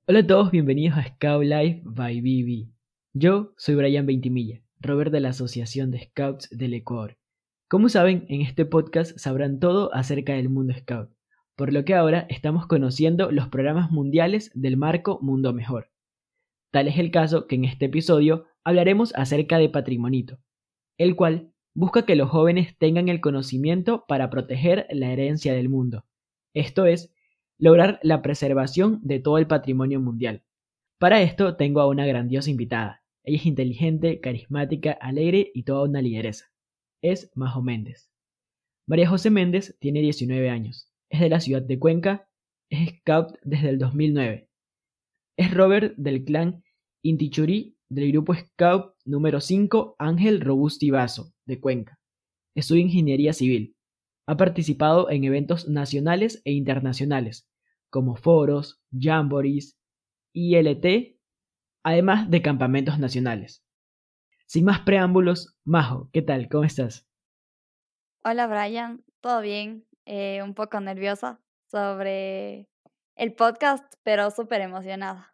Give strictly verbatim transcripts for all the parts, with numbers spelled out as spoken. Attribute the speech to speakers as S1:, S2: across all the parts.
S1: Hola a todos, bienvenidos a Scout Life by B B. Yo soy Brian Veintimilla, Robert de la Asociación de Scouts del Ecuador. Como saben, en este podcast sabrán todo acerca del mundo Scout, por lo que ahora estamos conociendo los programas mundiales del marco Mundo Mejor. Tal es el caso que en este episodio hablaremos acerca de Patrimonito, el cual busca que los jóvenes tengan el conocimiento para proteger la herencia del mundo, esto es, lograr la preservación de todo el patrimonio mundial. Para esto tengo a una grandiosa invitada. Ella es inteligente, carismática, alegre y toda una lideresa. Es Majo Méndez. María José Méndez tiene diecinueve años. Es de la ciudad de Cuenca. Es scout desde el dos mil nueve. Es Robert del clan Intichurí del grupo scout número cinco Ángel Robusti Vaso de Cuenca. Estudia ingeniería civil. Ha participado en eventos nacionales e internacionales, como foros, jamborees, I L T, además de campamentos nacionales. Sin más preámbulos, Majo, ¿qué tal? ¿Cómo estás?
S2: Hola Brian, ¿todo bien? Eh, un poco nerviosa sobre el podcast, pero súper emocionada.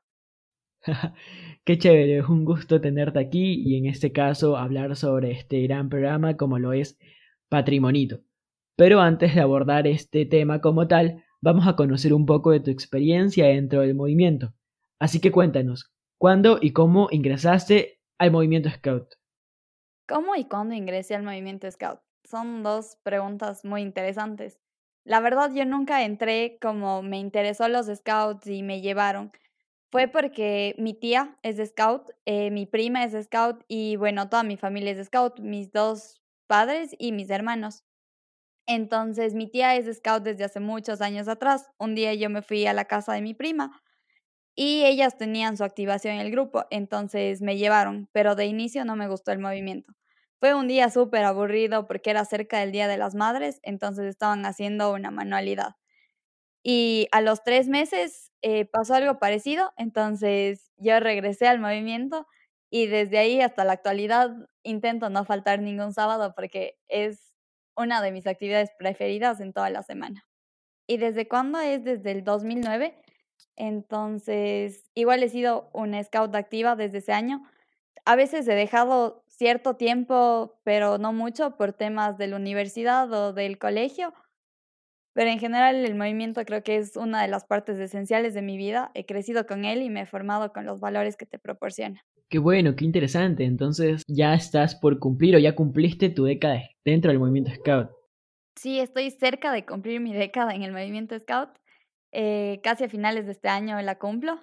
S1: Qué chévere, es un gusto tenerte aquí y en este caso hablar sobre este gran programa como lo es Patrimonito. Pero antes de abordar este tema como tal, vamos a conocer un poco de tu experiencia dentro del movimiento. Así que cuéntanos, ¿cuándo y cómo ingresaste al movimiento Scout?
S2: ¿Cómo y cuándo ingresé al movimiento Scout? Son dos preguntas muy interesantes. La verdad, yo nunca entré como me interesó los Scouts y me llevaron. Fue porque mi tía es de Scout, eh, mi prima es de Scout y bueno, toda mi familia es de Scout, mis dos padres y mis hermanos. Entonces, mi tía es de Scout desde hace muchos años atrás. Un día yo me fui a la casa de mi prima y ellas tenían su activación en el grupo, entonces me llevaron, pero de inicio no me gustó el movimiento. Fue un día súper aburrido porque era cerca del Día de las Madres, entonces estaban haciendo una manualidad. Y a los tres meses eh, pasó algo parecido, entonces yo regresé al movimiento y desde ahí hasta la actualidad intento no faltar ningún sábado porque es una de mis actividades preferidas en toda la semana. ¿Y desde cuándo? Es desde el dos mil nueve. Entonces, igual he sido una scout activa desde ese año. A veces he dejado cierto tiempo, pero no mucho por temas de la universidad o del colegio, pero en general el movimiento creo que es una de las partes esenciales de mi vida. He crecido con él y me he formado con los valores que te proporciona.
S1: Qué bueno, qué interesante. Entonces ya estás por cumplir o ya cumpliste tu década dentro del movimiento Scout.
S2: Sí, estoy cerca de cumplir mi década en el movimiento scout. Eh, casi a finales de este año la cumplo.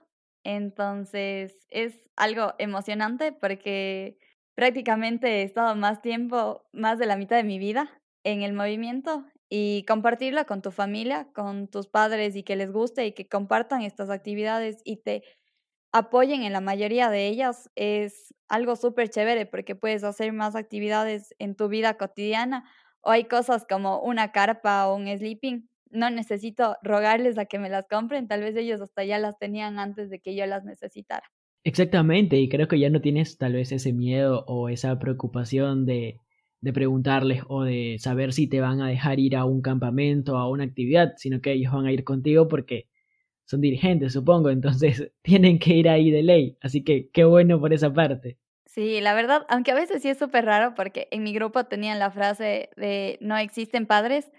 S2: Entonces es algo emocionante porque prácticamente he estado más tiempo, más de la mitad de mi vida en el movimiento y compartirla con tu familia, con tus padres y que les guste y que compartan estas actividades y te apoyen en la mayoría de ellas es algo súper chévere porque puedes hacer más actividades en tu vida cotidiana o hay cosas como una carpa o un sleeping. No necesito rogarles a que me las compren, tal vez ellos hasta ya las tenían antes de que yo las necesitara.
S1: Exactamente, y creo que ya no tienes tal vez ese miedo o esa preocupación de, de preguntarles o de saber si te van a dejar ir a un campamento o a una actividad, sino que ellos van a ir contigo porque son dirigentes, supongo, entonces tienen que ir ahí de ley. Así que qué bueno por esa parte.
S2: Sí, la verdad, aunque a veces sí es súper raro porque en mi grupo tenían la frase de no existen padres,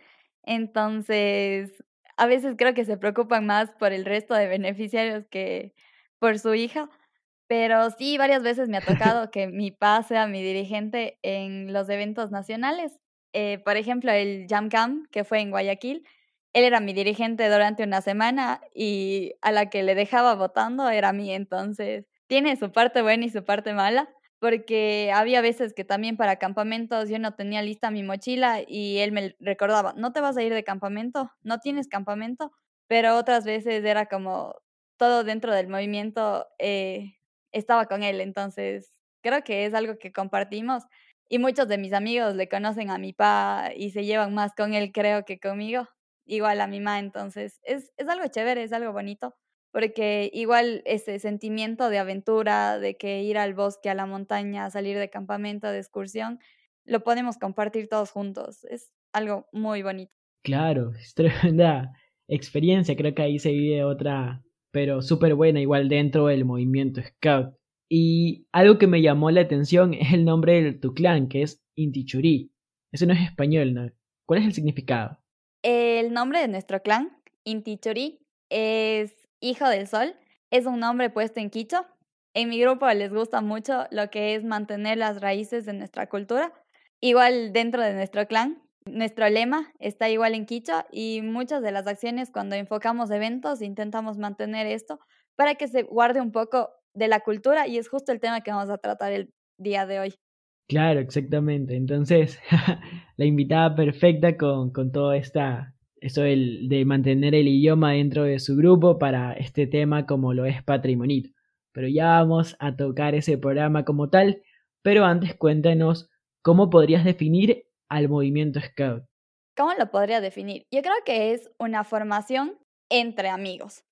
S2: entonces a veces creo que se preocupan más por el resto de beneficiarios que por su hija, pero sí, varias veces me ha tocado que mi papá sea mi dirigente en los eventos nacionales. Eh, por ejemplo, el Jam Camp, que fue en Guayaquil, él era mi dirigente durante una semana y a la que le dejaba votando era a mí, entonces tiene su parte buena y su parte mala porque había veces que también para campamentos yo no tenía lista mi mochila y él me recordaba, no te vas a ir de campamento, no tienes campamento, pero otras veces era como todo dentro del movimiento eh, estaba con él, entonces creo que es algo que compartimos y muchos de mis amigos le conocen a mi pa y se llevan más con él creo que conmigo, igual a mi ma, entonces es, es algo chévere, es algo bonito porque igual ese sentimiento de aventura, de que ir al bosque, a la montaña, salir de campamento, de excursión, lo podemos compartir todos juntos. Es algo muy bonito.
S1: Claro, es tremenda experiencia, creo que ahí se vive otra, pero súper buena igual dentro del movimiento Scout. Y algo que me llamó la atención es el nombre de tu clan, que es Intichurí. Eso no es español, ¿no? ¿Cuál es el significado?
S2: El nombre de nuestro clan, Intichuri, es Hijo del Sol. Es un nombre puesto en quichua. En mi grupo les gusta mucho lo que es mantener las raíces de nuestra cultura. Igual dentro de nuestro clan, nuestro lema está igual en quichua y muchas de las acciones cuando enfocamos eventos intentamos mantener esto para que se guarde un poco de la cultura y es justo el tema que vamos a tratar el día de hoy.
S1: Claro, exactamente. Entonces, la invitada perfecta con, con todo esta, eso del- de mantener el idioma dentro de su grupo para este tema como lo es Patrimonito. Pero ya vamos a tocar ese programa como tal, pero antes cuéntanos cómo podrías definir al movimiento Scout.
S2: ¿Cómo lo podría definir? Yo creo que es una formación entre amigos,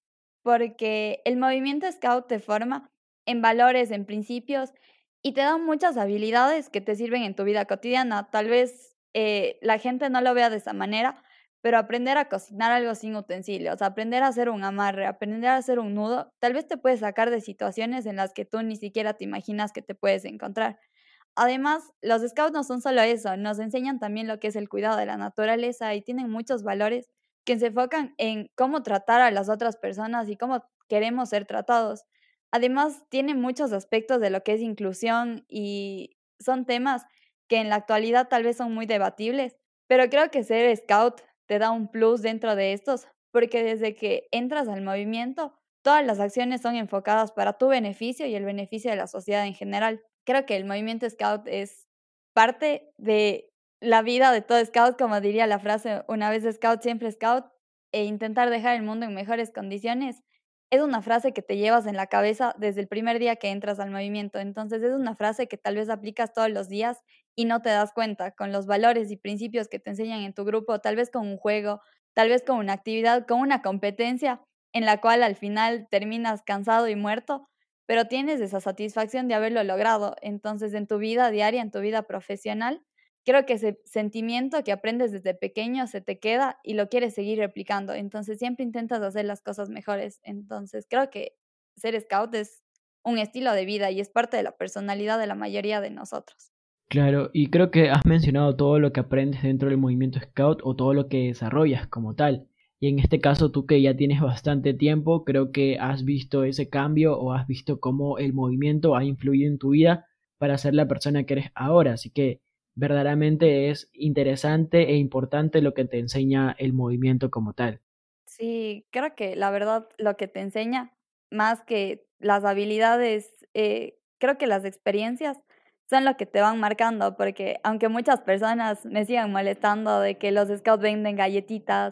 S2: porque el movimiento Scout te forma en valores, en principios y te da muchas habilidades que te sirven en tu vida cotidiana. Tal vez eh, la gente no lo vea de esa manera, pero aprender a cocinar algo sin utensilios, aprender a hacer un amarre, aprender a hacer un nudo, tal vez te puede sacar de situaciones en las que tú ni siquiera te imaginas que te puedes encontrar. Además, los scouts no son solo eso, nos enseñan también lo que es el cuidado de la naturaleza y tienen muchos valores que se enfocan en cómo tratar a las otras personas y cómo queremos ser tratados. Además, tienen muchos aspectos de lo que es inclusión y son temas que en la actualidad tal vez son muy debatibles, pero creo que ser scout te da un plus dentro de estos, porque desde que entras al movimiento, todas las acciones son enfocadas para tu beneficio y el beneficio de la sociedad en general. Creo que el movimiento Scout es parte de la vida de todo Scout, como diría la frase, una vez Scout, siempre Scout, e intentar dejar el mundo en mejores condiciones. Es una frase que te llevas en la cabeza desde el primer día que entras al movimiento. Entonces es una frase que tal vez aplicas todos los días y no te das cuenta con los valores y principios que te enseñan en tu grupo, tal vez con un juego, tal vez con una actividad, con una competencia en la cual al final terminas cansado y muerto, pero tienes esa satisfacción de haberlo logrado. Entonces, en tu vida diaria, en tu vida profesional, creo que ese sentimiento que aprendes desde pequeño se te queda y lo quieres seguir replicando. Entonces, siempre intentas hacer las cosas mejores. Entonces, creo que ser scout es un estilo de vida y es parte de la personalidad de la mayoría de nosotros.
S1: Claro, y creo que has mencionado todo lo que aprendes dentro del movimiento Scout o todo lo que desarrollas como tal. Y en este caso, tú que ya tienes bastante tiempo, creo que has visto ese cambio o has visto cómo el movimiento ha influido en tu vida para ser la persona que eres ahora. Así que verdaderamente es interesante e importante lo que te enseña el movimiento como tal.
S2: Sí, creo que la verdad lo que te enseña, más que las habilidades, eh, creo que las experiencias son lo que te van marcando, porque aunque muchas personas me sigan molestando de que los scouts venden galletitas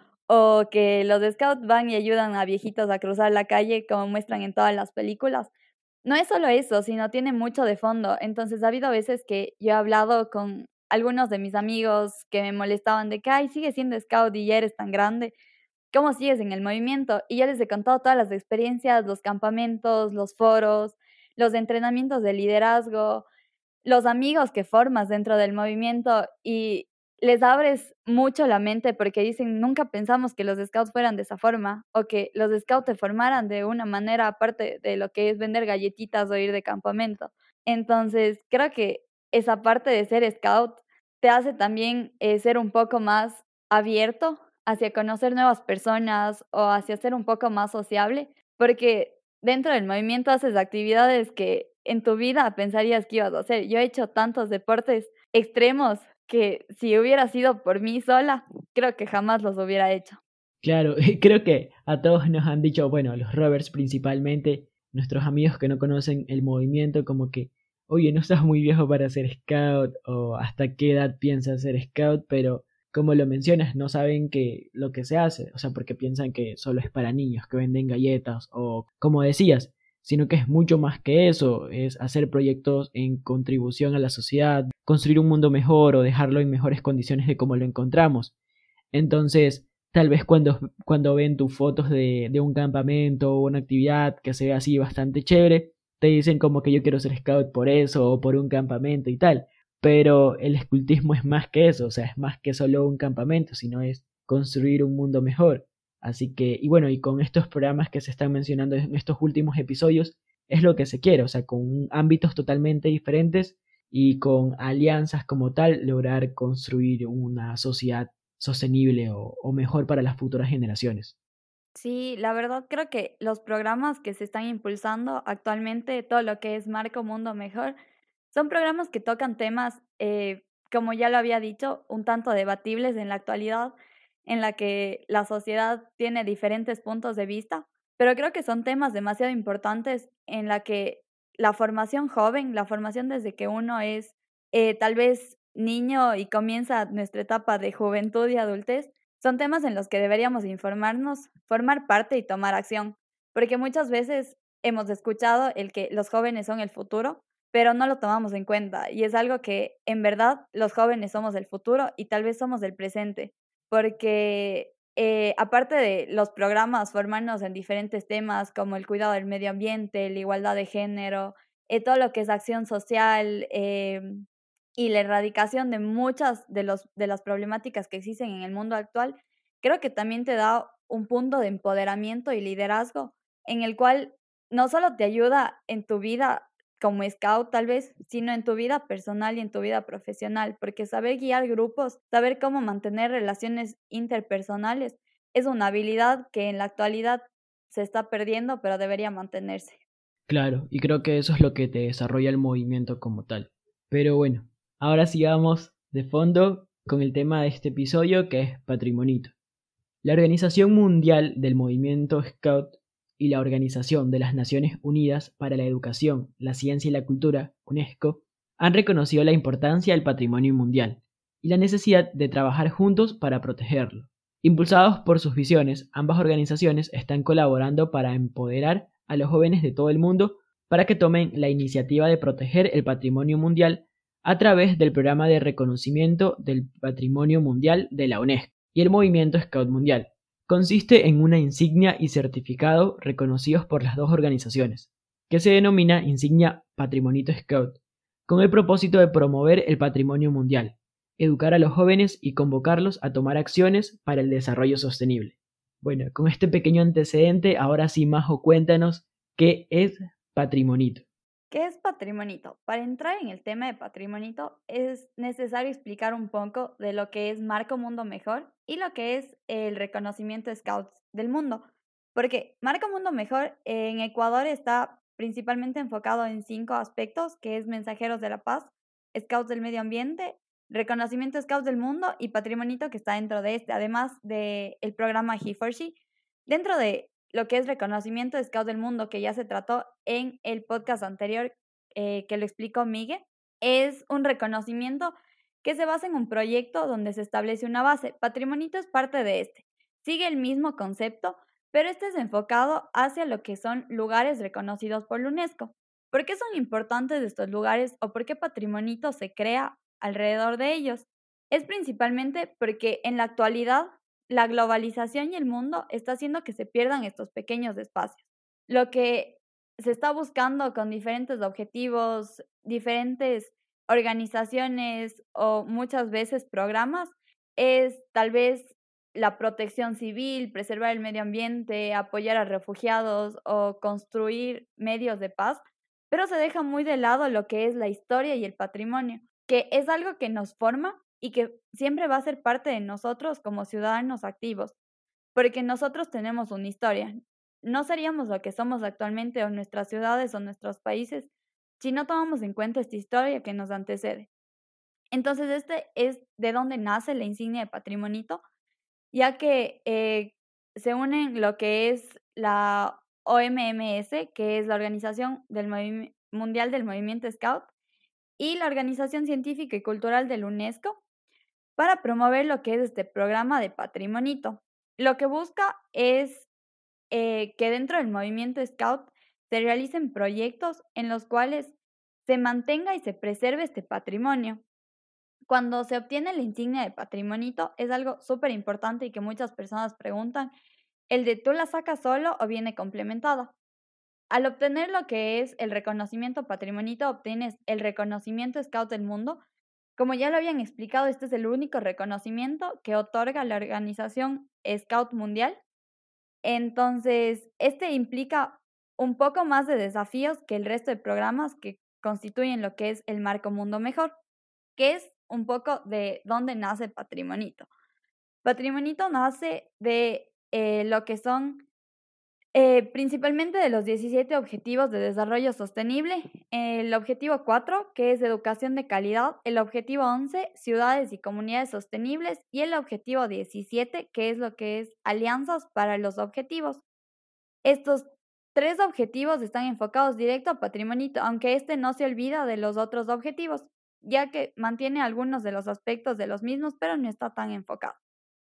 S2: o que los scouts van y ayudan a viejitos a cruzar la calle, como muestran en todas las películas, no es solo eso, sino tiene mucho de fondo. Entonces, ha habido veces que yo he hablado con algunos de mis amigos que me molestaban de que, ay, sigue siendo scout y ya eres tan grande. ¿Cómo sigues en el movimiento? Y ya les he contado todas las experiencias, los campamentos, los foros, los entrenamientos de liderazgo, los amigos que formas dentro del movimiento y les abres mucho la mente porque dicen, nunca pensamos que los scouts fueran de esa forma o que los scouts te formaran de una manera aparte de lo que es vender galletitas o ir de campamento. Entonces, creo que esa parte de ser scout te hace también eh, ser un poco más abierto hacia conocer nuevas personas o hacia ser un poco más sociable, porque dentro del movimiento haces actividades que en tu vida pensarías que ibas a hacer. Yo he hecho tantos deportes extremos que si hubiera sido por mí sola, creo que jamás los hubiera hecho.
S1: Claro, creo que a todos nos han dicho, bueno, los rovers principalmente, nuestros amigos que no conocen el movimiento, como que, oye, no estás muy viejo para ser scout o hasta qué edad piensas ser scout, pero como lo mencionas, no saben que lo que se hace, o sea, porque piensan que solo es para niños que venden galletas o como decías, sino que es mucho más que eso, es hacer proyectos en contribución a la sociedad, construir un mundo mejor o dejarlo en mejores condiciones de como lo encontramos. Entonces, tal vez cuando, cuando ven tus fotos de, de un campamento o una actividad que se ve así bastante chévere, te dicen como que yo quiero ser scout por eso o por un campamento y tal. Pero el escultismo es más que eso, o sea, es más que solo un campamento, sino es construir un mundo mejor. Así que, y bueno, y con estos programas que se están mencionando en estos últimos episodios, es lo que se quiere, o sea, con ámbitos totalmente diferentes y con alianzas como tal, lograr construir una sociedad sostenible o, o mejor para las futuras generaciones.
S2: Sí, la verdad creo que los programas que se están impulsando actualmente, todo lo que es Marco Mundo Mejor, son programas que tocan temas, eh, como ya lo había dicho, un tanto debatibles en la actualidad, en la que la sociedad tiene diferentes puntos de vista, pero creo que son temas demasiado importantes en la que la formación joven, la formación desde que uno es eh, tal vez niño y comienza nuestra etapa de juventud y adultez, son temas en los que deberíamos informarnos, formar parte y tomar acción, porque muchas veces hemos escuchado el que los jóvenes son el futuro, pero no lo tomamos en cuenta y es algo que en verdad los jóvenes somos el futuro y tal vez somos el presente, porque eh, aparte de los programas, formarnos en diferentes temas como el cuidado del medio ambiente, la igualdad de género, eh, todo lo que es acción social, em, y la erradicación de muchas de los de las problemáticas que existen en el mundo actual, creo que también te da un punto de empoderamiento y liderazgo, en el cual no solo te ayuda en tu vida como scout tal vez, sino en tu vida personal y en tu vida profesional, porque saber guiar grupos, saber cómo mantener relaciones interpersonales, es una habilidad que en la actualidad se está perdiendo, pero debería mantenerse.
S1: Claro, y creo que eso es lo que te desarrolla el movimiento como tal. Pero bueno, ahora sigamos de fondo con el tema de este episodio que es Patrimonito. La Organización Mundial del Movimiento Scout y la Organización de las Naciones Unidas para la Educación, la Ciencia y la Cultura, UNESCO, han reconocido la importancia del patrimonio mundial y la necesidad de trabajar juntos para protegerlo. Impulsados por sus visiones, ambas organizaciones están colaborando para empoderar a los jóvenes de todo el mundo para que tomen la iniciativa de proteger el patrimonio mundial a través del programa de reconocimiento del patrimonio mundial de la UNESCO y el movimiento Scout Mundial. Consiste en una insignia y certificado reconocidos por las dos organizaciones, que se denomina Insignia Patrimonito Scout, con el propósito de promover el patrimonio mundial, educar a los jóvenes y convocarlos a tomar acciones para el desarrollo sostenible. Bueno, con este pequeño antecedente, ahora sí, Majo, cuéntanos qué es Patrimonito.
S2: ¿Qué es patrimonito? Para entrar en el tema de patrimonito es necesario explicar un poco de lo que es Marco Mundo Mejor y lo que es el reconocimiento Scouts del mundo. Porque Marco Mundo Mejor en Ecuador está principalmente enfocado en cinco aspectos, que es Mensajeros de la Paz, Scouts del Medio Ambiente, Reconocimiento Scouts del Mundo y Patrimonito que está dentro de este, además del programa He for She. Dentro de lo que es reconocimiento de Scout del mundo, que ya se trató en el podcast anterior, eh, que lo explicó Miguel, es un reconocimiento que se basa en un proyecto donde se establece una base. Patrimonito es parte de este. Sigue el mismo concepto, pero este es enfocado hacia lo que son lugares reconocidos por la UNESCO. ¿Por qué son importantes estos lugares o por qué Patrimonito se crea alrededor de ellos? Es principalmente porque en la actualidad la globalización y el mundo está haciendo que se pierdan estos pequeños espacios. Lo que se está buscando con diferentes objetivos, diferentes organizaciones o muchas veces programas es tal vez la protección civil, preservar el medio ambiente, apoyar a refugiados o construir medios de paz, pero se deja muy de lado lo que es la historia y el patrimonio, que es algo que nos forma y que siempre va a ser parte de nosotros como ciudadanos activos, porque nosotros tenemos una historia. No seríamos lo que somos actualmente o nuestras ciudades o nuestros países si no tomamos en cuenta esta historia que nos antecede. Entonces, este es de donde nace la insignia de patrimonito, ya que eh, se unen lo que es la O M M S, que es la Organización del Movi- Mundial del Movimiento Scout, y la Organización Científica y Cultural del UNESCO, para promover lo que es este programa de Patrimonito. Lo que busca es eh, que dentro del movimiento Scout se realicen proyectos en los cuales se mantenga y se preserve este patrimonio. Cuando se obtiene la insignia de Patrimonito es algo súper importante y que muchas personas preguntan, ¿el de tú la sacas solo o viene complementado? Al obtener lo que es el reconocimiento Patrimonito, obtienes el reconocimiento Scout del mundo. Como ya lo habían explicado, este es el único reconocimiento que otorga la organización Scout Mundial Entonces, este implica un poco más de desafíos que el resto de programas que constituyen lo que es el Marco Mundo Mejor, que es un poco de dónde nace Patrimonito. Patrimonito nace de eh, lo que son eh, principalmente de los diecisiete Objetivos de Desarrollo Sostenible, el objetivo cuatro, que es educación de calidad, el objetivo once, ciudades y comunidades sostenibles, y el objetivo diecisiete, que es lo que es alianzas para los objetivos. Estos tres objetivos están enfocados directo a Patrimonito, aunque este no se olvida de los otros objetivos, ya que mantiene algunos de los aspectos de los mismos, pero no está tan enfocado.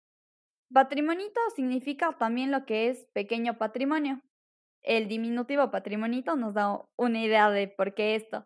S2: Patrimonito significa también lo que es pequeño patrimonio. El diminutivo patrimonito nos da una idea de por qué esto.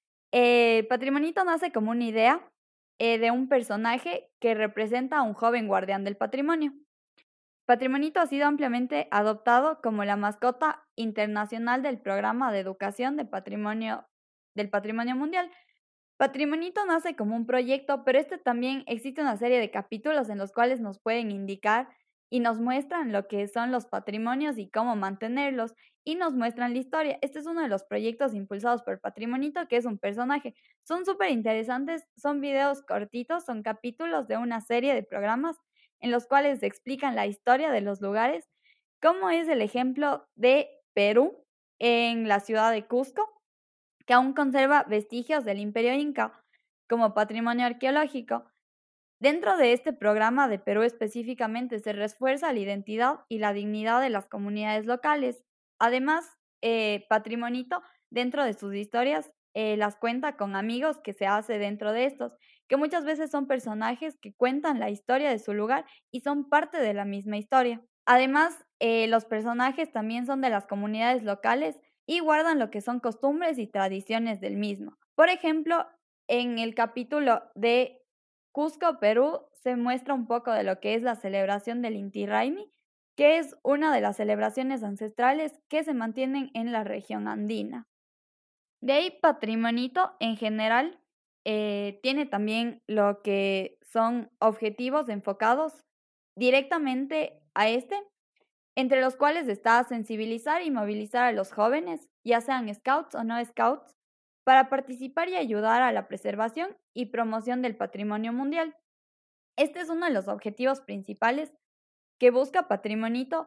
S2: Eh, patrimonito nace como una idea eh, de un personaje que representa a un joven guardián del patrimonio. Patrimonito ha sido ampliamente adoptado como la mascota internacional del Programa de Educación de Patrimonio del Patrimonio Mundial. Patrimonito nace como un proyecto, pero este también existe una serie de capítulos en los cuales nos pueden indicar y nos muestran lo que son los patrimonios y cómo mantenerlos, y nos muestran la historia. Este es uno de los proyectos impulsados por Patrimonito, que es un personaje. Son súper interesantes, son videos cortitos, son capítulos de una serie de programas en los cuales se explican la historia de los lugares, como es el ejemplo de Perú en la ciudad de Cusco, que aún conserva vestigios del Imperio Inca como patrimonio arqueológico. Dentro de este programa de Perú específicamente se refuerza la identidad y la dignidad de las comunidades locales. Además, eh, Patrimonito, dentro de sus historias, eh, las cuenta con amigos que se hace dentro de estos, que muchas veces son personajes que cuentan la historia de su lugar y son parte de la misma historia. Además, eh, los personajes también son de las comunidades locales y guardan lo que son costumbres y tradiciones del mismo. Por ejemplo, en el capítulo de Cusco, Perú, se muestra un poco de lo que es la celebración del Inti Raymi, que es una de las celebraciones ancestrales que se mantienen en la región andina. De ahí, Patrimonito en general eh, tiene también lo que son objetivos enfocados directamente a este, entre los cuales está sensibilizar y movilizar a los jóvenes, ya sean scouts o no scouts, para participar y ayudar a la preservación y promoción del patrimonio mundial. Este es uno de los objetivos principales que busca Patrimonito,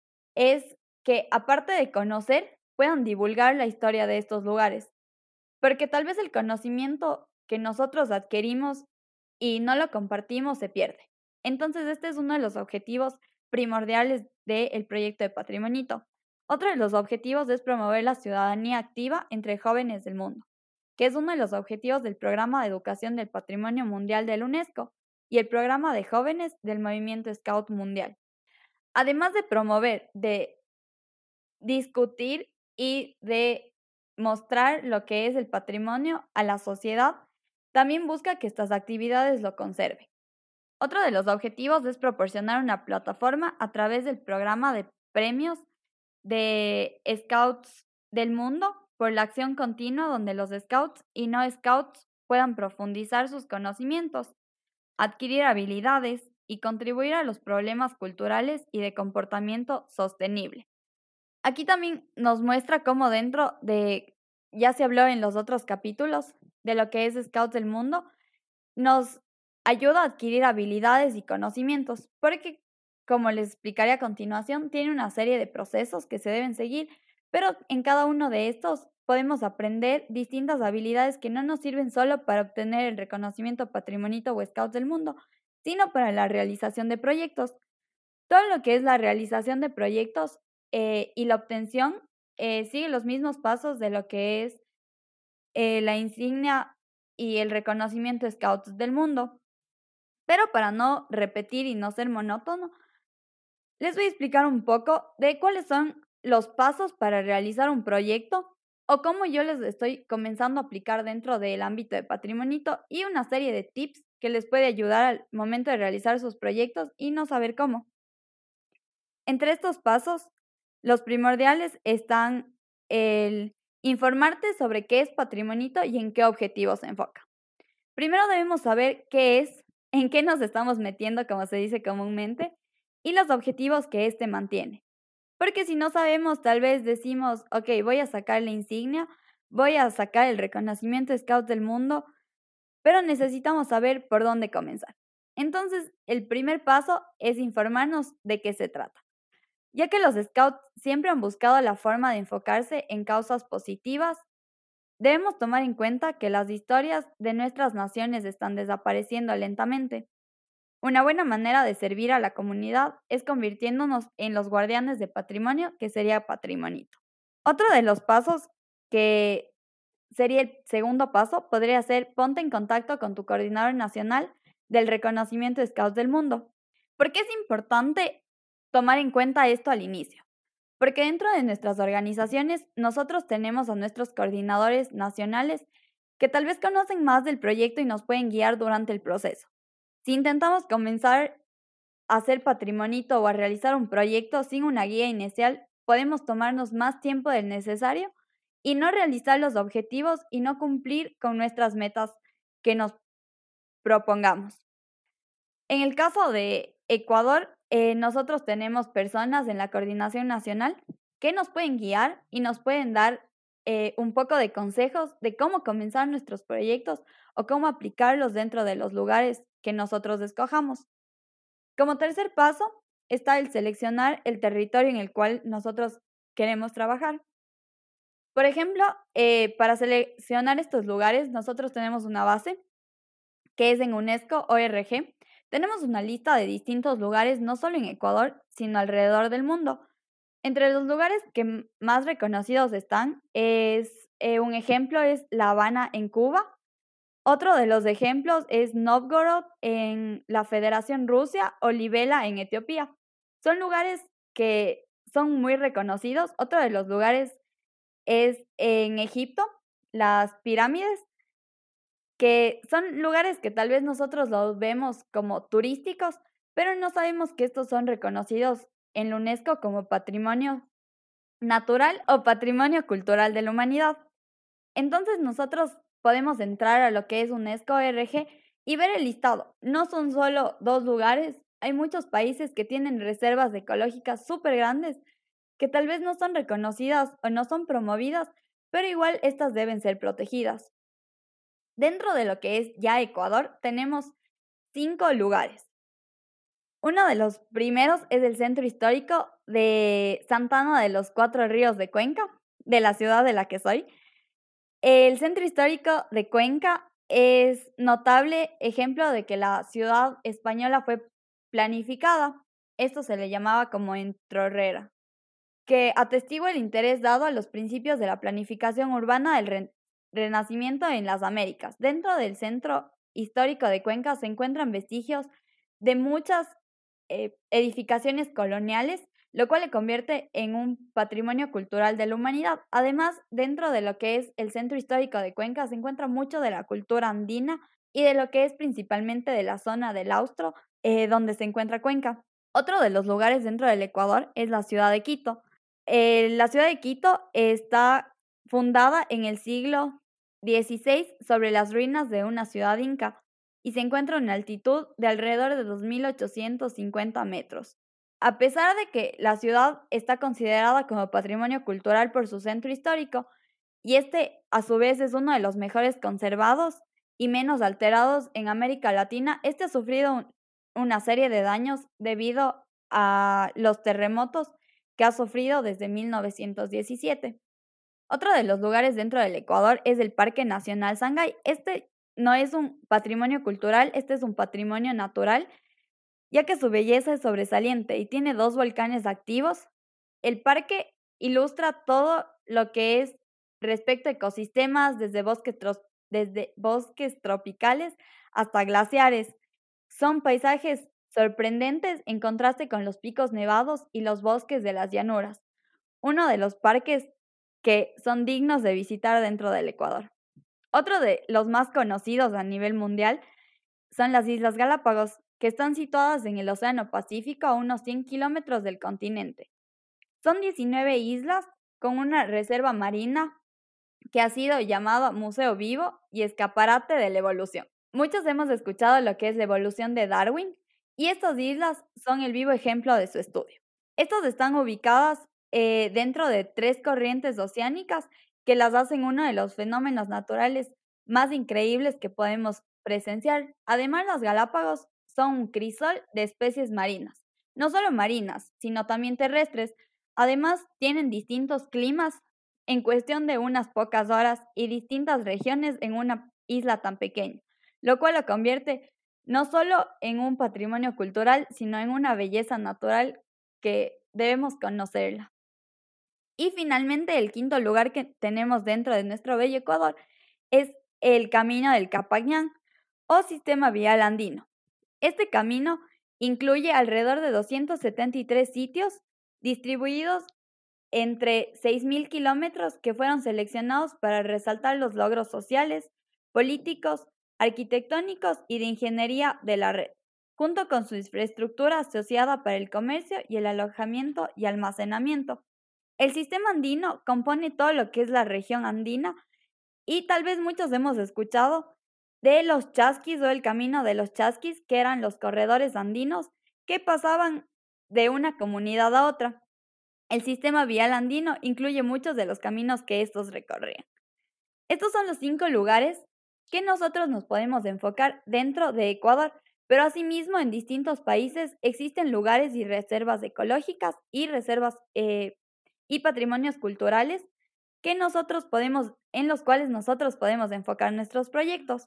S2: es que aparte de conocer, puedan divulgar la historia de estos lugares, porque tal vez el conocimiento que nosotros adquirimos y no lo compartimos se pierde. Entonces, este es uno de los objetivos primordiales del proyecto de Patrimonito. Otro de los objetivos es promover la ciudadanía activa entre jóvenes del mundo, que es uno de los objetivos del Programa de Educación del Patrimonio Mundial de la UNESCO y el Programa de Jóvenes del Movimiento Scout Mundial. Además de promover, de discutir y de mostrar lo que es el patrimonio a la sociedad, también busca que estas actividades lo conserven. Otro de los objetivos es proporcionar una plataforma a través del programa de premios de Scouts del mundo por la acción continua, donde los Scouts y no Scouts puedan profundizar sus conocimientos, adquirir habilidades y contribuir a los problemas culturales y de comportamiento sostenible. Aquí también nos muestra cómo dentro de, ya se habló en los otros capítulos, de lo que es Scouts del mundo, nos ayuda a adquirir habilidades y conocimientos, porque, como les explicaré a continuación, tiene una serie de procesos que se deben seguir, pero en cada uno de estos podemos aprender distintas habilidades que no nos sirven solo para obtener el reconocimiento Patrimonito o Scouts del mundo, sino para la realización de proyectos. Todo lo que es la realización de proyectos eh, y la obtención eh, sigue los mismos pasos de lo que es eh, la insignia y el reconocimiento Scouts del mundo. Pero para no repetir y no ser monótono, les voy a explicar un poco de cuáles son los pasos para realizar un proyecto o cómo yo les estoy comenzando a aplicar dentro del ámbito de Patrimonito y una serie de tips que les puede ayudar al momento de realizar sus proyectos y no saber cómo. Entre estos pasos, los primordiales están el informarte sobre qué es Patrimonito y en qué objetivos se enfoca. Primero debemos saber qué es, en qué nos estamos metiendo, como se dice comúnmente, y los objetivos que éste mantiene. Porque si no sabemos, tal vez decimos, ok, voy a sacar la insignia, voy a sacar el reconocimiento Scout del mundo, pero necesitamos saber por dónde comenzar. Entonces, el primer paso es informarnos de qué se trata, ya que los Scouts siempre han buscado la forma de enfocarse en causas positivas. Debemos tomar en cuenta que las historias de nuestras naciones están desapareciendo lentamente. Una buena manera de servir a la comunidad es convirtiéndonos en los guardianes de patrimonio, que sería Patrimonito. Otro de los pasos que sería el segundo paso podría ser ponte en contacto con tu coordinador nacional del reconocimiento de Scouts del mundo. ¿Por qué es importante tomar en cuenta esto al inicio? Porque dentro de nuestras organizaciones nosotros tenemos a nuestros coordinadores nacionales que tal vez conocen más del proyecto y nos pueden guiar durante el proceso. Si intentamos comenzar a hacer patrimonito o a realizar un proyecto sin una guía inicial, podemos tomarnos más tiempo del necesario y no realizar los objetivos y no cumplir con nuestras metas que nos propongamos. En el caso de Ecuador, eh, nosotros tenemos personas en la coordinación nacional que nos pueden guiar y nos pueden dar eh, un poco de consejos de cómo comenzar nuestros proyectos o cómo aplicarlos dentro de los lugares que nosotros escojamos. Como tercer paso está el seleccionar el territorio en el cual nosotros queremos trabajar. Por ejemplo, eh, para seleccionar estos lugares, nosotros tenemos una base que es en UNESCO O R G. Tenemos una lista de distintos lugares, no solo en Ecuador, sino alrededor del mundo. Entre los lugares que más reconocidos están, es eh, un ejemplo es La Habana en Cuba. Otro de los ejemplos es Novgorod en la Federación Rusia o Libela en Etiopía. Son lugares que son muy reconocidos. Otro de los lugares es en Egipto, las pirámides, que son lugares que tal vez nosotros los vemos como turísticos, pero no sabemos que estos son reconocidos en la UNESCO como patrimonio natural o patrimonio cultural de la humanidad. Entonces nosotros podemos entrar a lo que es UNESCO O R G y ver el listado. No son solo dos lugares, hay muchos países que tienen reservas ecológicas súper grandes que tal vez no son reconocidas o no son promovidas, pero igual estas deben ser protegidas. Dentro de lo que es ya Ecuador, tenemos cinco lugares. Uno de los primeros es el centro histórico de Santa Ana de los Cuatro Ríos de Cuenca, de la ciudad de la que soy. El centro histórico de Cuenca es notable ejemplo de que la ciudad española fue planificada. Esto se le llamaba como Entrorrera, que atestigua el interés dado a los principios de la planificación urbana del re Renacimiento en las Américas. Dentro del centro histórico de Cuenca se encuentran vestigios de muchas eh, edificaciones coloniales, lo cual le convierte en un patrimonio cultural de la humanidad. Además, dentro de lo que es el centro histórico de Cuenca se encuentra mucho de la cultura andina y de lo que es principalmente de la zona del Austro, eh, donde se encuentra Cuenca. Otro de los lugares dentro del Ecuador es la ciudad de Quito. Eh, la ciudad de Quito está fundada en el siglo dieciséis sobre las ruinas de una ciudad inca y se encuentra en una altitud de alrededor de dos mil ochocientos cincuenta metros. A pesar de que la ciudad está considerada como patrimonio cultural por su centro histórico, y este a su vez es uno de los mejores conservados y menos alterados en América Latina, este ha sufrido un, una serie de daños debido a los terremotos que ha sufrido desde mil novecientos diecisiete. Otro de los lugares dentro del Ecuador es el Parque Nacional Sangay. Este no es un patrimonio cultural, este es un patrimonio natural, ya que su belleza es sobresaliente y tiene dos volcanes activos. El parque ilustra todo lo que es respecto a ecosistemas, desde bosques, desde bosques tropicales hasta glaciares. Son paisajes sorprendentes en contraste con los picos nevados y los bosques de las llanuras. Uno de los parques que son dignos de visitar dentro del Ecuador. Otro de los más conocidos a nivel mundial son las Islas Galápagos, que están situadas en el Océano Pacífico a unos cien kilómetros del continente. Son diecinueve islas con una reserva marina que ha sido llamado Museo Vivo y Escaparate de la Evolución. Muchos hemos escuchado lo que es la evolución de Darwin y estas islas son el vivo ejemplo de su estudio. Estas están ubicadas eh, dentro de tres corrientes oceánicas que las hacen uno de los fenómenos naturales más increíbles que podemos presenciar. Además, las Galápagos son un crisol de especies marinas, no solo marinas, sino también terrestres. Además, tienen distintos climas en cuestión de unas pocas horas y distintas regiones en una isla tan pequeña, lo cual lo convierte no solo en un patrimonio cultural, sino en una belleza natural que debemos conocerla. Y finalmente, el quinto lugar que tenemos dentro de nuestro bello Ecuador es el Camino del Capañán o Sistema Vial Andino. Este camino incluye alrededor de doscientos setenta y tres sitios distribuidos entre seis mil kilómetros que fueron seleccionados para resaltar los logros sociales, políticos, arquitectónicos y de ingeniería de la red, junto con su infraestructura asociada para el comercio y el alojamiento y almacenamiento. El sistema andino compone todo lo que es la región andina y tal vez muchos hemos escuchado de los chasquis o el camino de los chasquis, que eran los corredores andinos que pasaban de una comunidad a otra. El sistema vial andino incluye muchos de los caminos que estos recorrían. Estos son los cinco lugares que nosotros nos podemos enfocar dentro de Ecuador, pero asimismo en distintos países existen lugares y reservas ecológicas y reservas eh, y patrimonios culturales que nosotros podemos, en los cuales nosotros podemos enfocar nuestros proyectos.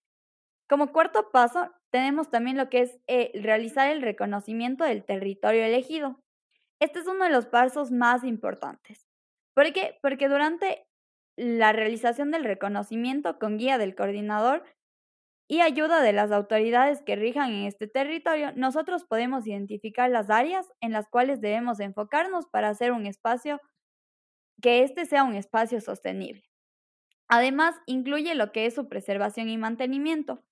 S2: Como cuarto paso, tenemos también lo que es eh, realizar el reconocimiento del territorio elegido. Este es uno de los pasos más importantes. ¿Por qué? Porque durante la realización del reconocimiento con guía del coordinador y ayuda de las autoridades que rijan en este territorio, nosotros podemos identificar las áreas en las cuales debemos enfocarnos para hacer un espacio, que este sea un espacio sostenible. Además, incluye lo que es su preservación y mantenimiento.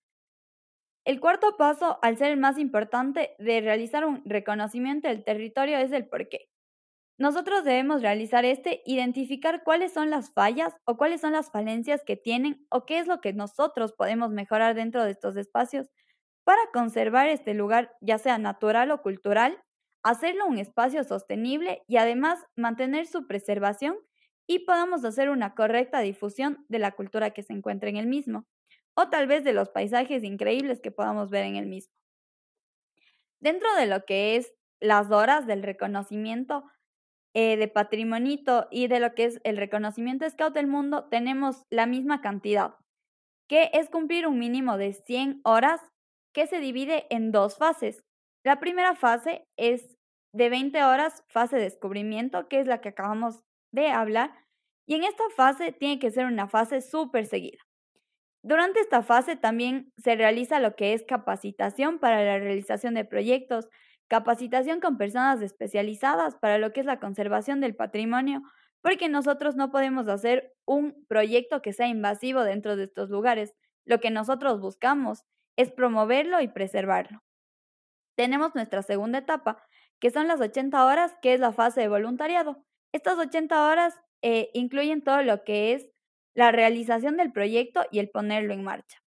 S2: El cuarto paso, al ser el más importante de realizar un reconocimiento del territorio, es el por qué. Nosotros debemos realizar este, identificar cuáles son las fallas o cuáles son las falencias que tienen o qué es lo que nosotros podemos mejorar dentro de estos espacios para conservar este lugar, ya sea natural o cultural, hacerlo un espacio sostenible y además mantener su preservación y podamos hacer una correcta difusión de la cultura que se encuentra en el mismo o tal vez de los paisajes increíbles que podamos ver en el mismo. Dentro de lo que es las horas del reconocimiento eh, de Patrimonito y de lo que es el reconocimiento Scout del Mundo, tenemos la misma cantidad, que es cumplir un mínimo de cien horas que se divide en dos fases. La primera fase es de veinte horas, fase de descubrimiento, que es la que acabamos de hablar, y en esta fase tiene que ser una fase súper seguida. Durante esta fase también se realiza lo que es capacitación para la realización de proyectos, capacitación con personas especializadas para lo que es la conservación del patrimonio, porque nosotros no podemos hacer un proyecto que sea invasivo dentro de estos lugares. Lo que nosotros buscamos es promoverlo y preservarlo. Tenemos nuestra segunda etapa, que son las ochenta horas, que es la fase de voluntariado. Estas ochenta horas eh, incluyen todo lo que es la realización del proyecto y el ponerlo en marcha.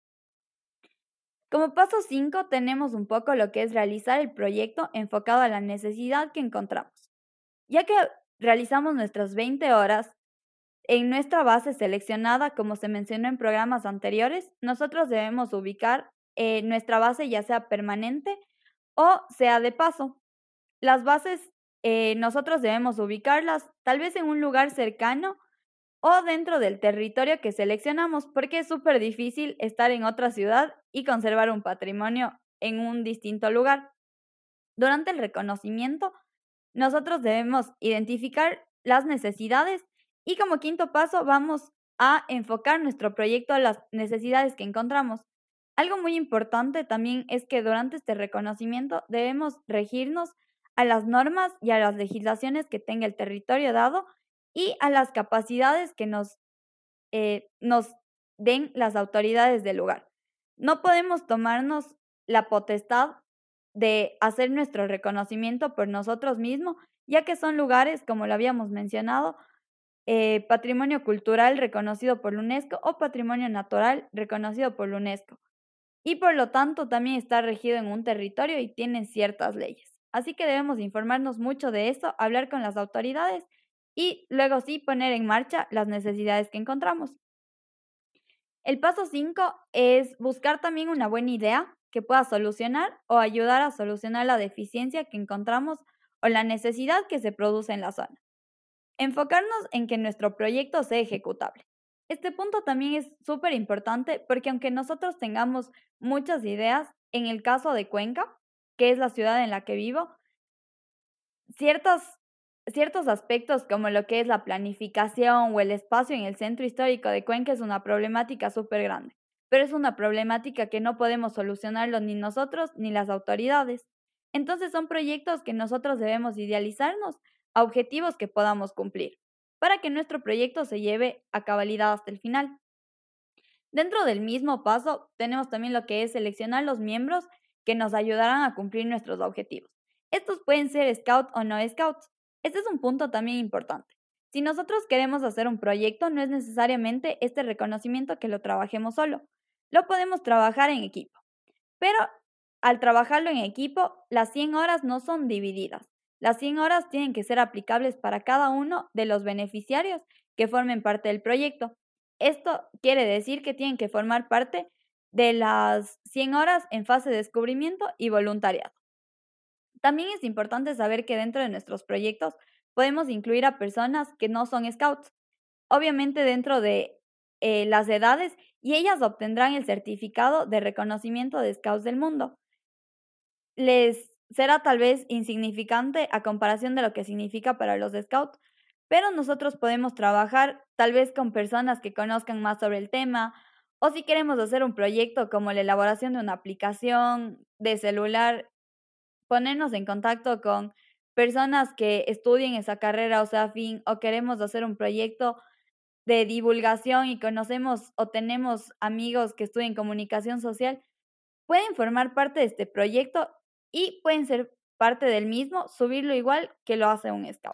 S2: Como paso cinco tenemos un poco lo que es realizar el proyecto enfocado a la necesidad que encontramos. Ya que realizamos nuestras veinte horas en nuestra base seleccionada, como se mencionó en programas anteriores, nosotros debemos ubicar eh, nuestra base ya sea permanente o sea de paso. Las bases eh, nosotros debemos ubicarlas tal vez en un lugar cercano o dentro del territorio que seleccionamos, porque es súper difícil estar en otra ciudad y conservar un patrimonio en un distinto lugar. Durante el reconocimiento, nosotros debemos identificar las necesidades y como quinto paso vamos a enfocar nuestro proyecto a las necesidades que encontramos. Algo muy importante también es que durante este reconocimiento debemos regirnos a las normas y a las legislaciones que tenga el territorio dado y a las capacidades que nos, eh, nos den las autoridades del lugar. No podemos tomarnos la potestad de hacer nuestro reconocimiento por nosotros mismos, ya que son lugares, como lo habíamos mencionado, eh, patrimonio cultural reconocido por la UNESCO o patrimonio natural reconocido por la UNESCO. Y por lo tanto también está regido en un territorio y tiene ciertas leyes. Así que debemos informarnos mucho de esto, hablar con las autoridades y luego sí poner en marcha las necesidades que encontramos. El paso cinco es buscar también una buena idea que pueda solucionar o ayudar a solucionar la deficiencia que encontramos o la necesidad que se produce en la zona. Enfocarnos en que nuestro proyecto sea ejecutable. Este punto también es súper importante porque aunque nosotros tengamos muchas ideas, en el caso de Cuenca, que es la ciudad en la que vivo, ciertos, ciertos aspectos como lo que es la planificación o el espacio en el centro histórico de Cuenca es una problemática súper grande, pero es una problemática que no podemos solucionarlo ni nosotros ni las autoridades. Entonces son proyectos que nosotros debemos idealizarnos a objetivos que podamos cumplir para que nuestro proyecto se lleve a cabalidad hasta el final. Dentro del mismo paso, tenemos también lo que es seleccionar los miembros que nos ayudarán a cumplir nuestros objetivos. Estos pueden ser scouts o no scouts. Este es un punto también importante. Si nosotros queremos hacer un proyecto, no es necesariamente este reconocimiento que lo trabajemos solo. Lo podemos trabajar en equipo. Pero al trabajarlo en equipo, las cien horas no son divididas. Las cien horas tienen que ser aplicables para cada uno de los beneficiarios que formen parte del proyecto. Esto quiere decir que tienen que formar parte de las cien horas en fase de descubrimiento y voluntariado. También es importante saber que dentro de nuestros proyectos podemos incluir a personas que no son scouts, obviamente dentro de eh, las edades, y ellas obtendrán el certificado de reconocimiento de Scouts del mundo. Les será tal vez insignificante a comparación de lo que significa para los Scouts, pero nosotros podemos trabajar tal vez con personas que conozcan más sobre el tema, o si queremos hacer un proyecto como la elaboración de una aplicación de celular, ponernos en contacto con personas que estudien esa carrera o sea afín, o queremos hacer un proyecto de divulgación y conocemos o tenemos amigos que estudian comunicación social, pueden formar parte de este proyecto y pueden ser parte del mismo, subirlo igual que lo hace un scout.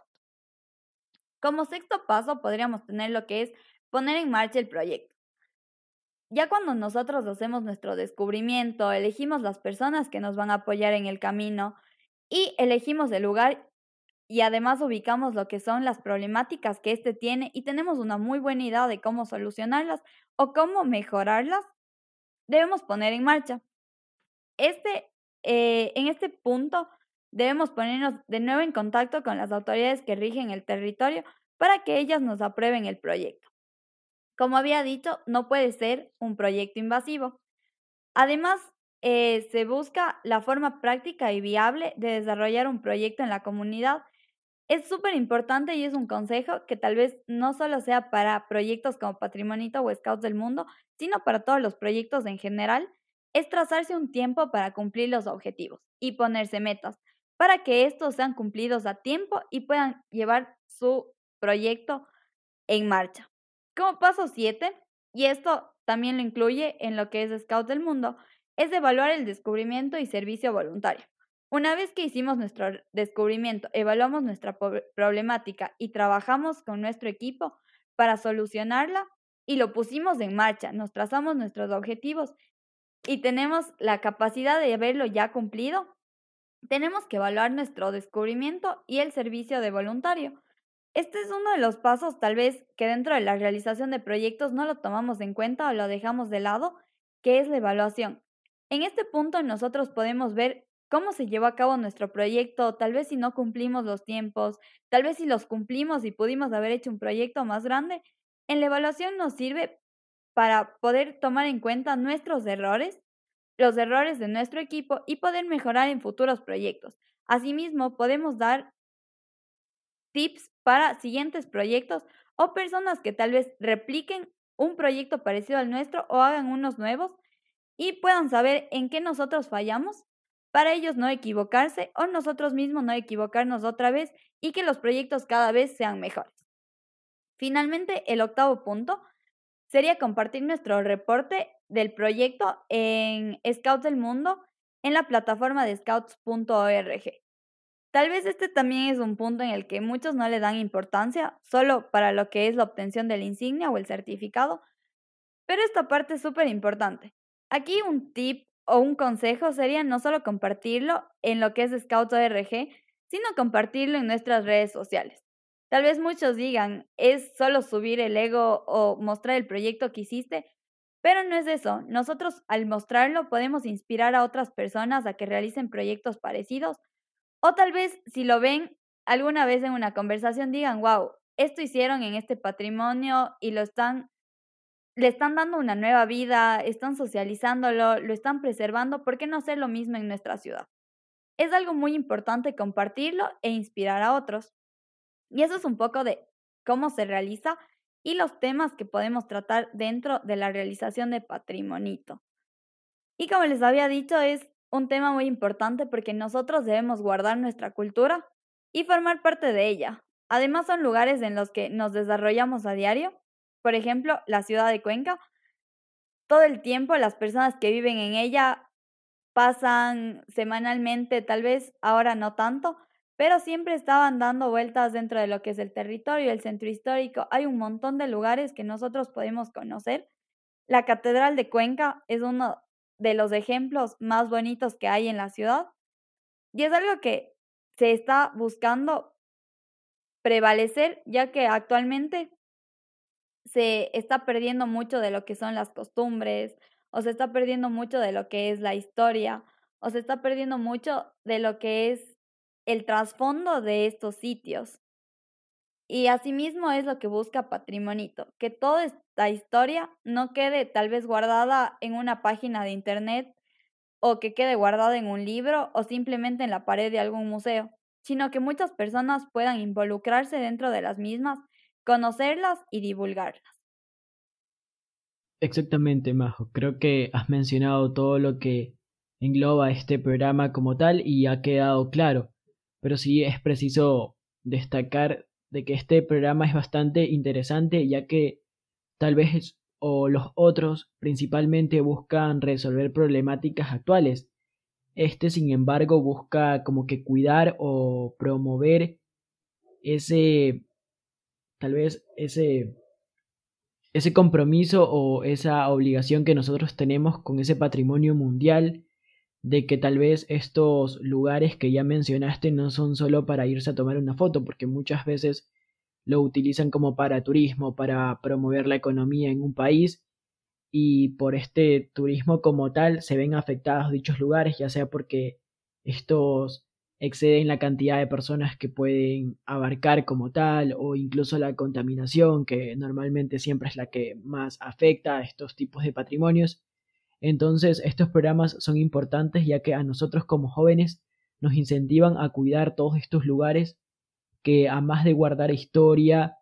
S2: Como sexto paso podríamos tener lo que es poner en marcha el proyecto. Ya cuando nosotros hacemos nuestro descubrimiento, elegimos las personas que nos van a apoyar en el camino y elegimos el lugar y además ubicamos lo que son las problemáticas que éste tiene y tenemos una muy buena idea de cómo solucionarlas o cómo mejorarlas, debemos poner en marcha. Este, eh, en este punto debemos ponernos de nuevo en contacto con las autoridades que rigen el territorio para que ellas nos aprueben el proyecto. Como había dicho, no puede ser un proyecto invasivo. Además, eh, se busca la forma práctica y viable de desarrollar un proyecto en la comunidad. Es súper importante y es un consejo que tal vez no solo sea para proyectos como Patrimonito o Scouts del Mundo, sino para todos los proyectos en general, es trazarse un tiempo para cumplir los objetivos y ponerse metas para que estos sean cumplidos a tiempo y puedan llevar su proyecto en marcha. Como paso siete, y esto también lo incluye en lo que es Scouts del Mundo, es evaluar el descubrimiento y servicio voluntario. Una vez que hicimos nuestro descubrimiento, evaluamos nuestra problemática y trabajamos con nuestro equipo para solucionarla y lo pusimos en marcha, nos trazamos nuestros objetivos y tenemos la capacidad de haberlo ya cumplido, tenemos que evaluar nuestro descubrimiento y el servicio de voluntario. Este es uno de los pasos tal vez que dentro de la realización de proyectos no lo tomamos en cuenta o lo dejamos de lado, que es la evaluación. En este punto nosotros podemos ver cómo se llevó a cabo nuestro proyecto, tal vez si no cumplimos los tiempos, tal vez si los cumplimos y pudimos haber hecho un proyecto más grande. En la evaluación nos sirve para poder tomar en cuenta nuestros errores, los errores de nuestro equipo y poder mejorar en futuros proyectos. Asimismo, podemos dar tips para siguientes proyectos o personas que tal vez repliquen un proyecto parecido al nuestro o hagan unos nuevos y puedan saber en qué nosotros fallamos para ellos no equivocarse o nosotros mismos no equivocarnos otra vez y que los proyectos cada vez sean mejores. Finalmente, el octavo punto sería compartir nuestro reporte del proyecto en Scouts del Mundo en la plataforma de scouts punto org. Tal vez este también es un punto en el que muchos no le dan importancia, solo para lo que es la obtención de la insignia o el certificado, pero esta parte es súper importante. Aquí un tip o un consejo sería no solo compartirlo en lo que es Scouts O R G, sino compartirlo en nuestras redes sociales. Tal vez muchos digan, es solo subir el ego o mostrar el proyecto que hiciste, pero no es eso. Nosotros al mostrarlo podemos inspirar a otras personas a que realicen proyectos parecidos o tal vez si lo ven alguna vez en una conversación digan, wow, esto hicieron en este patrimonio y lo están, le están dando una nueva vida, están socializándolo, lo están preservando, ¿por qué no hacer lo mismo en nuestra ciudad? Es algo muy importante compartirlo e inspirar a otros. Y eso es un poco de cómo se realiza y los temas que podemos tratar dentro de la realización de Patrimonito. Y como les había dicho, es un tema muy importante porque nosotros debemos guardar nuestra cultura y formar parte de ella. Además, son lugares en los que nos desarrollamos a diario. Por ejemplo, la ciudad de Cuenca. Todo el tiempo las personas que viven en ella pasan semanalmente, tal vez ahora no tanto, pero siempre estaban dando vueltas dentro de lo que es el territorio, el centro histórico. Hay un montón de lugares que nosotros podemos conocer. La Catedral de Cuenca es uno de los ejemplos más bonitos que hay en la ciudad y es algo que se está buscando prevalecer, ya que actualmente se está perdiendo mucho de lo que son las costumbres, o se está perdiendo mucho de lo que es la historia, o se está perdiendo mucho de lo que es el trasfondo de estos sitios. Y asimismo es lo que busca Patrimonito, que toda esta historia no quede tal vez guardada en una página de internet o que quede guardada en un libro o simplemente en la pared de algún museo, sino que muchas personas puedan involucrarse dentro de las mismas, conocerlas y divulgarlas.
S1: Exactamente, Majo. Creo que has mencionado todo lo que engloba este programa como tal y ha quedado claro. Pero sí es preciso destacar de que este programa es bastante interesante, ya que tal vez o los otros principalmente buscan resolver problemáticas actuales. Este, sin embargo, busca como que cuidar o promover ese, tal vez ese ese compromiso o esa obligación que nosotros tenemos con ese patrimonio mundial, de que tal vez estos lugares que ya mencionaste no son solo para irse a tomar una foto, porque muchas veces lo utilizan como para turismo, para promover la economía en un país, y por este turismo como tal se ven afectados dichos lugares, ya sea porque estos exceden la cantidad de personas que pueden abarcar como tal, o incluso la contaminación, que normalmente siempre es la que más afecta a estos tipos de patrimonios. Entonces, estos programas son importantes ya que a nosotros como jóvenes nos incentivan a cuidar todos estos lugares que, a más de guardar historia,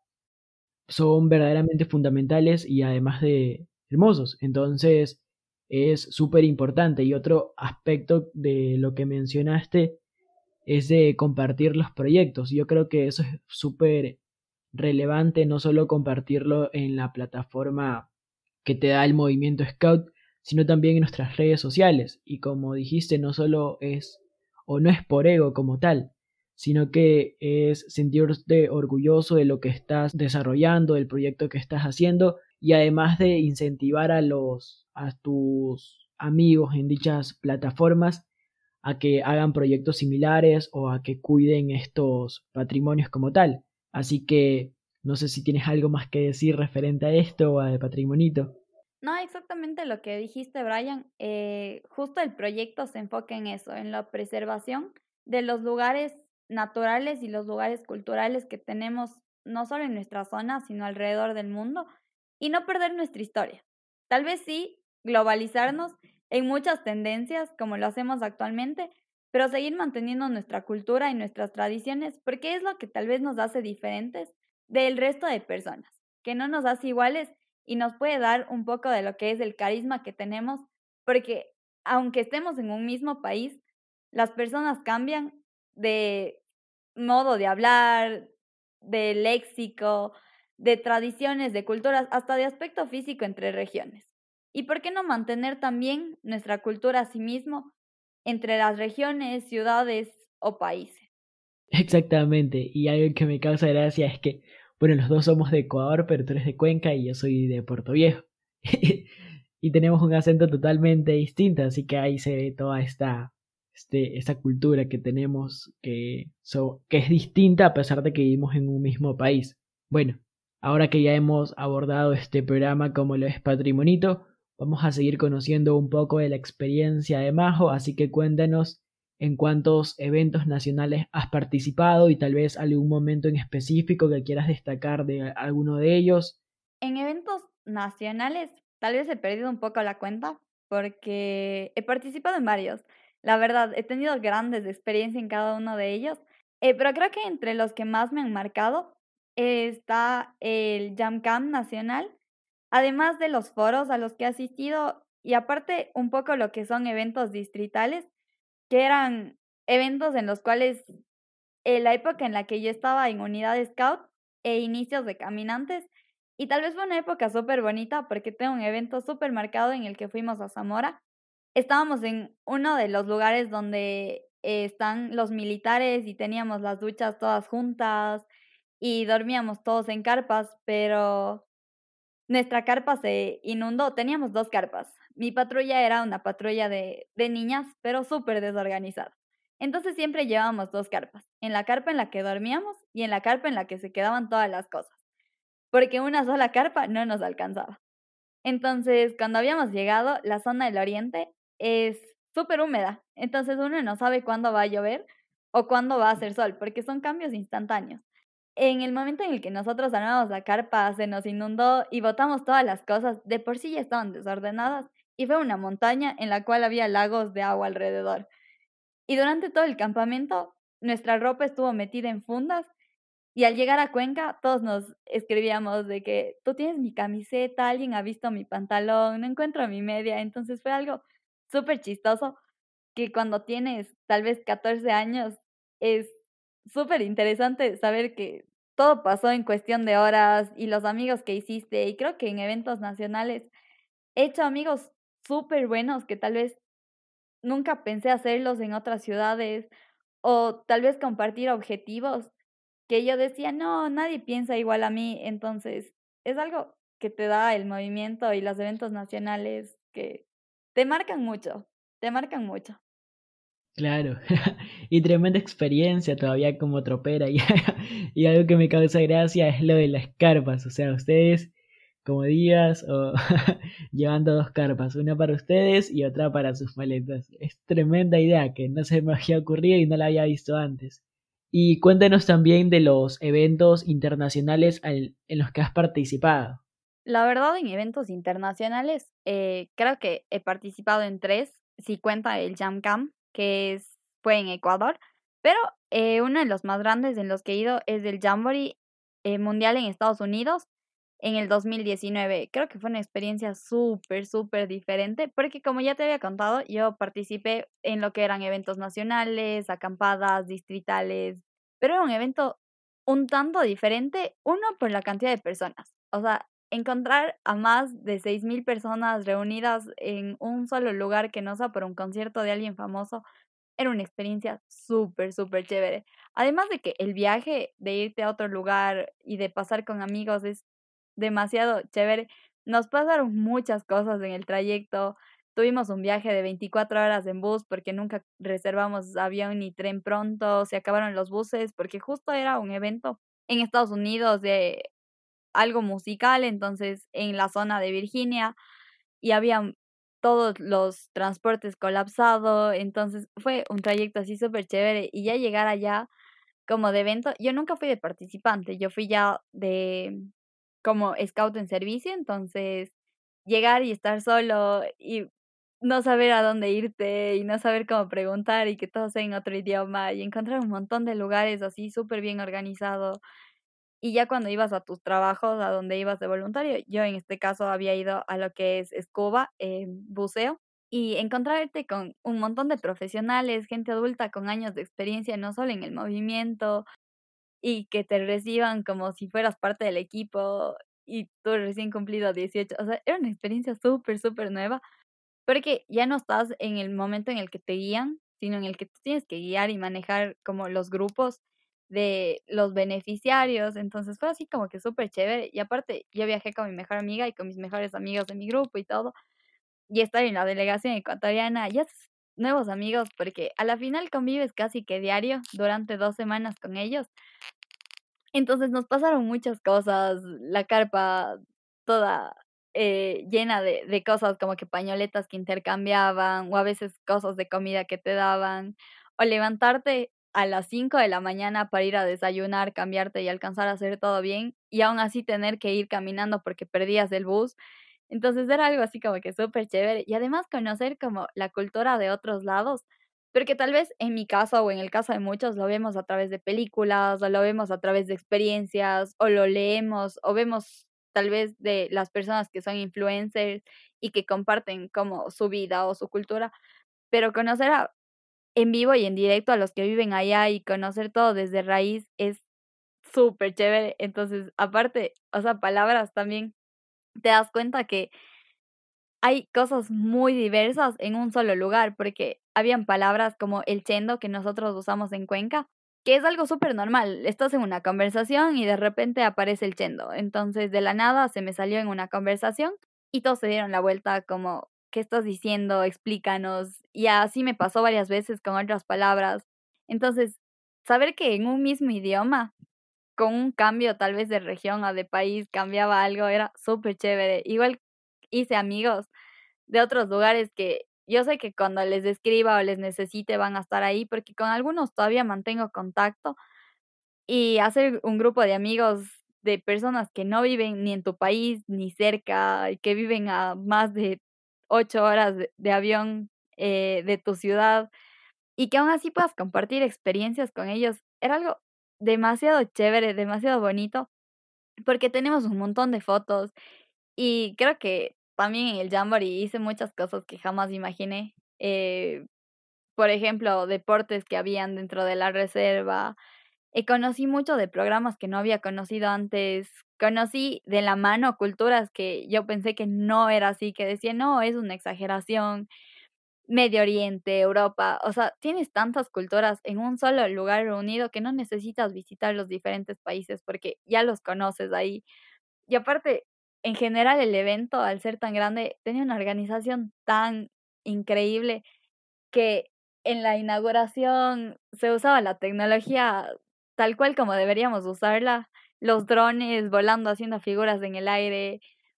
S1: son verdaderamente fundamentales y además de hermosos. Entonces, es súper importante. Y otro aspecto de lo que mencionaste es de compartir los proyectos. Yo creo que eso es súper relevante, no solo compartirlo en la plataforma que te da el movimiento Scout, sino también en nuestras redes sociales. Y como dijiste, no solo es o no es por ego como tal, sino que es sentirte orgulloso de lo que estás desarrollando, del proyecto que estás haciendo, y además de incentivar a los a tus amigos en dichas plataformas a que hagan proyectos similares o a que cuiden estos patrimonios como tal. Así que no sé si tienes algo más que decir referente a esto o a de Patrimonito.
S2: No, exactamente lo que dijiste, Brian. Eh, justo el proyecto se enfoca en eso, en la preservación de los lugares naturales y los lugares culturales que tenemos no solo en nuestra zona, sino alrededor del mundo, y no perder nuestra historia. Tal vez sí globalizarnos en muchas tendencias, como lo hacemos actualmente, pero seguir manteniendo nuestra cultura y nuestras tradiciones, porque es lo que tal vez nos hace diferentes del resto de personas, que no nos hace iguales y nos puede dar un poco de lo que es el carisma que tenemos, porque aunque estemos en un mismo país, las personas cambian de modo de hablar, de léxico, de tradiciones, de culturas, hasta de aspecto físico entre regiones. ¿Y por qué no mantener también nuestra cultura a sí mismo entre las regiones, ciudades o países?
S1: Exactamente, y algo que me causa gracia es que, bueno, los dos somos de Ecuador, pero tú eres de Cuenca y yo soy de Puerto Viejo. y tenemos un acento totalmente distinto, así que ahí se ve toda esta, este, esta cultura que tenemos que, so- que es distinta a pesar de que vivimos en un mismo país. Bueno, ahora que ya hemos abordado este programa como lo es Patrimonito, vamos a seguir conociendo un poco de la experiencia de Majo, así que cuéntanos en cuántos eventos nacionales has participado y tal vez algún momento en específico que quieras destacar de alguno de ellos.
S2: En eventos nacionales, tal vez he perdido un poco la cuenta porque he participado en varios. La verdad, he tenido grandes experiencias en cada uno de ellos, eh, pero creo que entre los que más me han marcado está el JamCam nacional, además de los foros a los que he asistido y aparte un poco lo que son eventos distritales, que eran eventos en los cuales en la época en la que yo estaba en unidad de scout e inicios de caminantes, y tal vez fue una época súper bonita porque tengo un evento súper marcado en el que fuimos a Zamora. Estábamos en uno de los lugares donde eh, están los militares y teníamos las duchas todas juntas y dormíamos todos en carpas, pero nuestra carpa se inundó, teníamos dos carpas. Mi patrulla era una patrulla de de niñas, pero súper desorganizada. Entonces, siempre llevábamos dos carpas, en la carpa en la que dormíamos y en la carpa en la que se quedaban todas las cosas, porque una sola carpa no nos alcanzaba. Entonces, cuando habíamos llegado, la zona del oriente es súper húmeda, entonces uno no sabe cuándo va a llover o cuándo va a hacer sol, porque son cambios instantáneos. En el momento en el que nosotros armamos la carpa, se nos inundó y botamos todas las cosas, de por sí ya estaban desordenadas, y fue una montaña en la cual había lagos de agua alrededor. Y durante todo el campamento, nuestra ropa estuvo metida en fundas y al llegar a Cuenca, todos nos escribíamos de que tú tienes mi camiseta, alguien ha visto mi pantalón, no encuentro mi media. Entonces fue algo súper chistoso que cuando tienes tal vez catorce años es súper interesante saber que todo pasó en cuestión de horas y los amigos que hiciste. Y creo que en eventos nacionales he hecho amigos súper buenos que tal vez nunca pensé hacerlos en otras ciudades o tal vez compartir objetivos que yo decía: "No, nadie piensa igual a mí". Entonces, es algo que te da el movimiento y los eventos nacionales que te marcan mucho, te marcan mucho.
S1: Claro, y tremenda experiencia todavía como tropera y, y algo que me causa gracia es lo de las carpas, o sea, ustedes como días o llevando dos carpas, una para ustedes y otra para sus maletas. Es tremenda idea que no se me había ocurrido y no la había visto antes. Y cuéntanos también de los eventos internacionales al- en los que has participado.
S2: La verdad, en eventos internacionales, eh, creo que he participado en tres, si cuenta el JamCam, que es fue en Ecuador, pero, eh, uno de los más grandes en los que he ido es el Jamboree, eh, mundial en Estados Unidos en el dos mil diecinueve. Creo que fue una experiencia súper, súper diferente, porque como ya te había contado, yo participé en lo que eran eventos nacionales, acampadas, distritales, pero era un evento un tanto diferente, uno, por la cantidad de personas. O sea, encontrar a más de seis mil personas reunidas en un solo lugar que no sea por un concierto de alguien famoso, era una experiencia súper, súper chévere. Además de que el viaje de irte a otro lugar y de pasar con amigos es demasiado chévere. Nos pasaron muchas cosas en el trayecto. Tuvimos un viaje de veinticuatro horas en bus porque nunca reservamos avión ni tren pronto, se acabaron los buses porque justo era un evento en Estados Unidos de algo musical, entonces en la zona de Virginia y habían todos los transportes colapsado, entonces fue un trayecto así súper chévere y ya llegar allá como de evento, yo nunca fui de participante, yo fui ya de como scout en servicio, entonces llegar y estar solo y no saber a dónde irte y no saber cómo preguntar y que todo sea en otro idioma y encontrar un montón de lugares así súper bien organizado. Y ya cuando ibas a tus trabajos, a donde ibas de voluntario, yo en este caso había ido a lo que es scuba, eh, buceo, y encontrarte con un montón de profesionales, gente adulta con años de experiencia, no solo en el movimiento, y que te reciban como si fueras parte del equipo y tú recién cumplido dieciocho. O sea, era una experiencia súper, súper nueva, porque ya no estás en el momento en el que te guían, sino en el que tú tienes que guiar y manejar como los grupos de los beneficiarios. Entonces fue así como que súper chévere. Y aparte, yo viajé con mi mejor amiga y con mis mejores amigos de mi grupo y todo. y estar en la delegación ecuatoriana, ya haces nuevos amigos porque a la final convives casi que diario durante dos semanas con ellos. Entonces nos pasaron muchas cosas, la carpa toda eh, llena de, de cosas como que pañoletas que intercambiaban o a veces cosas de comida que te daban, o levantarte a las cinco de la mañana para ir a desayunar, cambiarte y alcanzar a hacer todo bien y aún así tener que ir caminando porque perdías el bus. Entonces era algo así como que súper chévere y además conocer como la cultura de otros lados, porque tal vez en mi caso o en el caso de muchos lo vemos a través de películas o lo vemos a través de experiencias o lo leemos o vemos tal vez de las personas que son influencers y que comparten como su vida o su cultura, pero conocer a- en vivo y en directo a los que viven allá y conocer todo desde raíz es súper chévere. Entonces, aparte, o sea, palabras también, te das cuenta que hay cosas muy diversas en un solo lugar, porque habían palabras como el chendo que nosotros usamos en Cuenca, que es algo súper normal. Estás en una conversación y de repente aparece el chendo. Entonces, de la nada se me salió en una conversación y todos se dieron la vuelta como, ¿qué estás diciendo? Explícanos. Y así me pasó varias veces con otras palabras. Entonces, saber que en un mismo idioma, con un cambio tal vez de región o de país, cambiaba algo, era súper chévere. Igual hice amigos de otros lugares que yo sé que cuando les escriba o les necesite van a estar ahí, porque con algunos todavía mantengo contacto y hacer un grupo de amigos de personas que no viven ni en tu país ni cerca, y que viven a más de ocho horas de, de avión eh, de tu ciudad y que aún así puedas compartir experiencias con ellos, era algo demasiado chévere, demasiado bonito, porque tenemos un montón de fotos y creo que también en el Jamboree hice muchas cosas que jamás imaginé. Eh, por ejemplo, deportes que habían dentro de la reserva. Eh, conocí mucho de programas que no había conocido antes. Conocí de la mano culturas que yo pensé que no era así, que decía, no, es una exageración. Medio Oriente, Europa, o sea, tienes tantas culturas en un solo lugar reunido que no necesitas visitar los diferentes países porque ya los conoces ahí. Y aparte, en general, el evento, al ser tan grande, tenía una organización tan increíble que en la inauguración se usaba la tecnología tal cual como deberíamos usarla, los drones volando, haciendo figuras en el aire.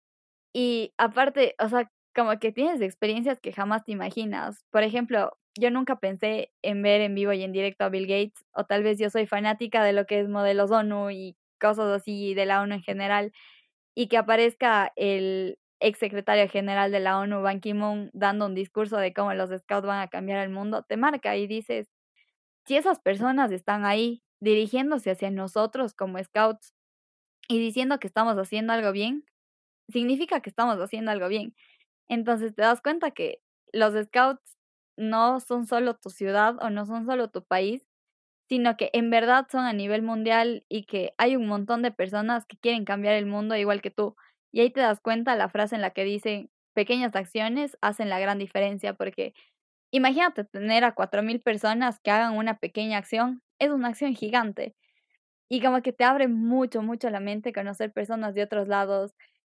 S2: Y aparte, o sea, como que tienes experiencias que jamás te imaginas. Por ejemplo, yo nunca pensé en ver en vivo y en directo a Bill Gates, o tal vez yo soy fanática de lo que es modelos ONU y cosas así de la ONU en general y que aparezca el exsecretario general de la ONU, Ban Ki-moon, dando un discurso de cómo los scouts van a cambiar el mundo, te marca y dices, si esas personas están ahí dirigiéndose hacia nosotros como scouts y diciendo que estamos haciendo algo bien, significa que estamos haciendo algo bien. Entonces te das cuenta que los scouts no son solo tu ciudad o no son solo tu país, sino que en verdad son a nivel mundial y que hay un montón de personas que quieren cambiar el mundo igual que tú. Y ahí te das cuenta la frase en la que dicen, pequeñas acciones hacen la gran diferencia, porque imagínate tener a cuatro mil personas que hagan una pequeña acción, es una acción gigante. Y como que te abre mucho, mucho la mente conocer personas de otros lados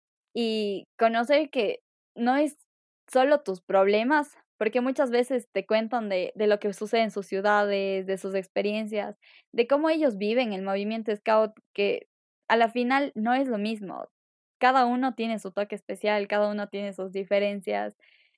S2: y conocer que no es solo tus problemas, porque muchas veces te cuentan de, de lo que sucede en sus ciudades, de sus experiencias, de cómo ellos viven el movimiento Scout, que a la final no es lo mismo. Cada uno tiene su toque especial, cada uno tiene sus diferencias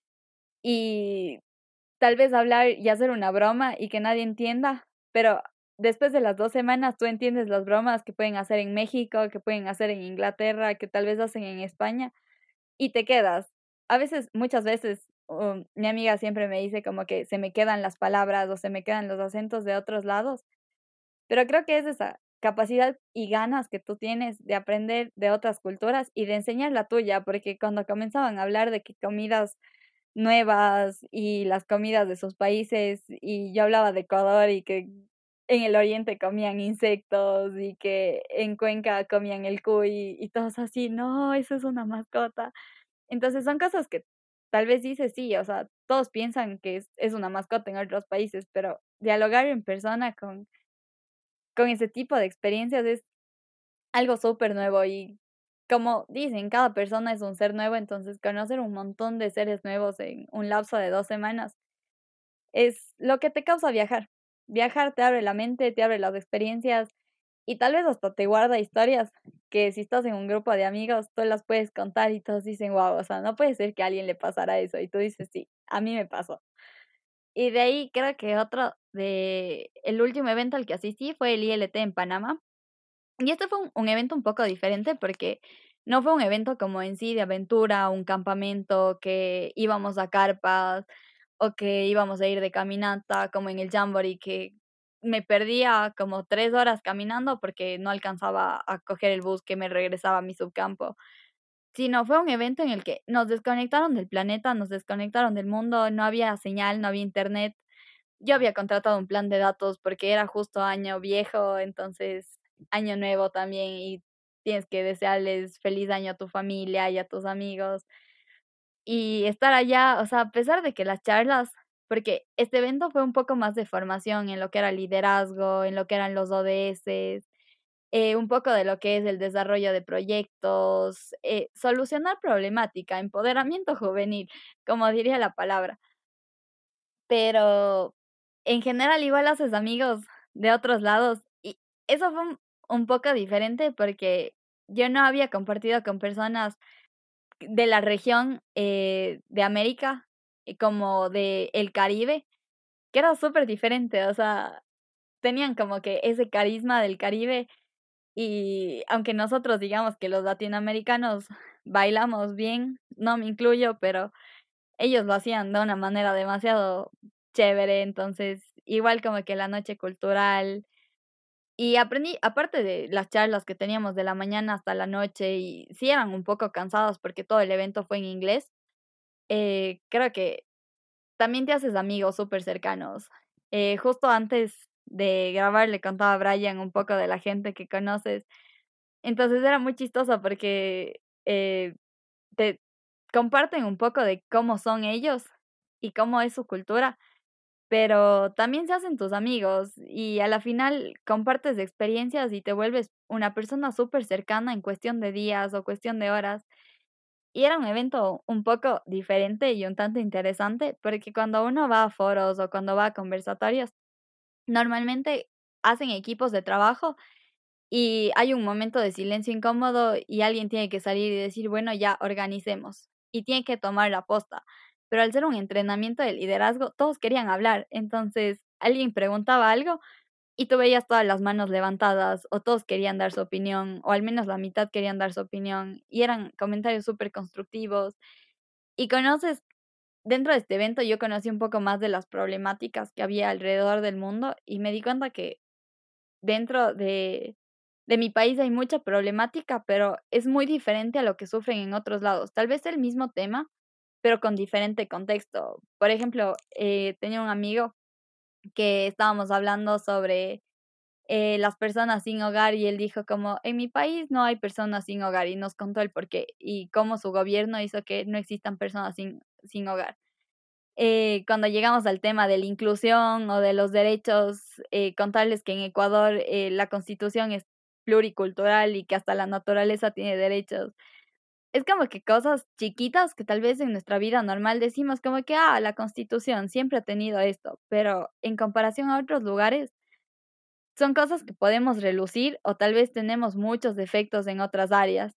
S2: y tal vez hablar y hacer una broma y que nadie entienda, pero después de las dos semanas tú entiendes las bromas que pueden hacer en México, que pueden hacer en Inglaterra, que tal vez hacen en España y te quedas. A veces, muchas veces, um, mi amiga siempre me dice como que se me quedan las palabras o se me quedan los acentos de otros lados, pero creo que es esa capacidad y ganas que tú tienes de aprender de otras culturas y de enseñar la tuya, porque cuando comenzaban a hablar de que comidas nuevas y las comidas de sus países, y yo hablaba de Ecuador y que en el oriente comían insectos y que en Cuenca comían el cuy y todos así, no, eso es una mascota. Entonces, son cosas que tal vez dices, sí, o sea, todos piensan que es es una mascota en otros países, pero dialogar en persona con con ese tipo de experiencias es algo súper nuevo y como dicen, cada persona es un ser nuevo, entonces conocer un montón de seres nuevos en un lapso de dos semanas es lo que te causa viajar. Viajar te abre la mente, te abre las experiencias y tal vez hasta te guarda historias que si estás en un grupo de amigos, tú las puedes contar y todos dicen, wow, o sea, no puede ser que a alguien le pasara eso. Y tú dices, sí, a mí me pasó. Y de ahí creo que otro de el último evento al que asistí fue el I L T en Panamá. Y este fue un, un evento un poco diferente porque no fue un evento como en sí de aventura, un campamento que íbamos a carpas o que íbamos a ir de caminata como en el Jamboree, que me perdía como tres horas caminando porque no alcanzaba a coger el bus que me regresaba a mi subcampo. Sino fue un evento en el que nos desconectaron del planeta, nos desconectaron del mundo, no había señal, no había internet. Yo había contratado un plan de datos porque era justo año viejo, entonces año nuevo también y tienes que desearles feliz año a tu familia y a tus amigos. Y estar allá, o sea, a pesar de que las charlas, porque este evento fue un poco más de formación en lo que era liderazgo, en lo que eran los O D S, eh, un poco de lo que es el desarrollo de proyectos, eh, solucionar problemática, empoderamiento juvenil, como diría la palabra. Pero en general igual haces amigos de otros lados y eso fue un un poco diferente porque yo no había compartido con personas de la región, eh, de América, y como de el Caribe, que era súper diferente, o sea, tenían como que ese carisma del Caribe y aunque nosotros digamos que los latinoamericanos bailamos bien, no me incluyo, pero ellos lo hacían de una manera demasiado chévere, entonces, igual como que la noche cultural. Y aprendí, aparte de las charlas que teníamos de la mañana hasta la noche, y sí eran un poco cansados porque todo el evento fue en inglés, eh, creo que también te haces amigos súper cercanos. Eh, justo antes de grabar le contaba a Brian un poco de la gente que conoces, entonces era muy chistoso porque, eh, te comparten un poco de cómo son ellos y cómo es su cultura, pero también se hacen tus amigos y a la final compartes experiencias y te vuelves una persona súper cercana en cuestión de días o cuestión de horas. Y era un evento un poco diferente y un tanto interesante, porque cuando uno va a foros o cuando va a conversatorios, normalmente hacen equipos de trabajo y hay un momento de silencio incómodo y alguien tiene que salir y decir, bueno, ya organicemos. Y tiene que tomar la posta. Pero al ser un entrenamiento de liderazgo, todos querían hablar. Entonces, alguien preguntaba algo y tú veías todas las manos levantadas o todos querían dar su opinión o al menos la mitad querían dar su opinión y eran comentarios súper constructivos. Y conoces, dentro de este evento yo conocí un poco más de las problemáticas que había alrededor del mundo y me di cuenta que dentro de de mi país hay mucha problemática, pero es muy diferente a lo que sufren en otros lados. Tal vez el mismo tema, pero con diferente contexto. Por ejemplo, eh, tenía un amigo que estábamos hablando sobre, eh, las personas sin hogar y él dijo como: "En mi país no hay personas sin hogar", y nos contó el porqué, y cómo su gobierno hizo que no existan personas sin sin hogar. Eh, cuando llegamos al tema de la inclusión o de los derechos, eh, contarles que en Ecuador, eh, la Constitución es pluricultural y que hasta la naturaleza tiene derechos. Es como que cosas chiquitas que tal vez en nuestra vida normal decimos como que, ah, la Constitución siempre ha tenido esto, pero en comparación a otros lugares, son cosas que podemos relucir o tal vez tenemos muchos defectos en otras áreas.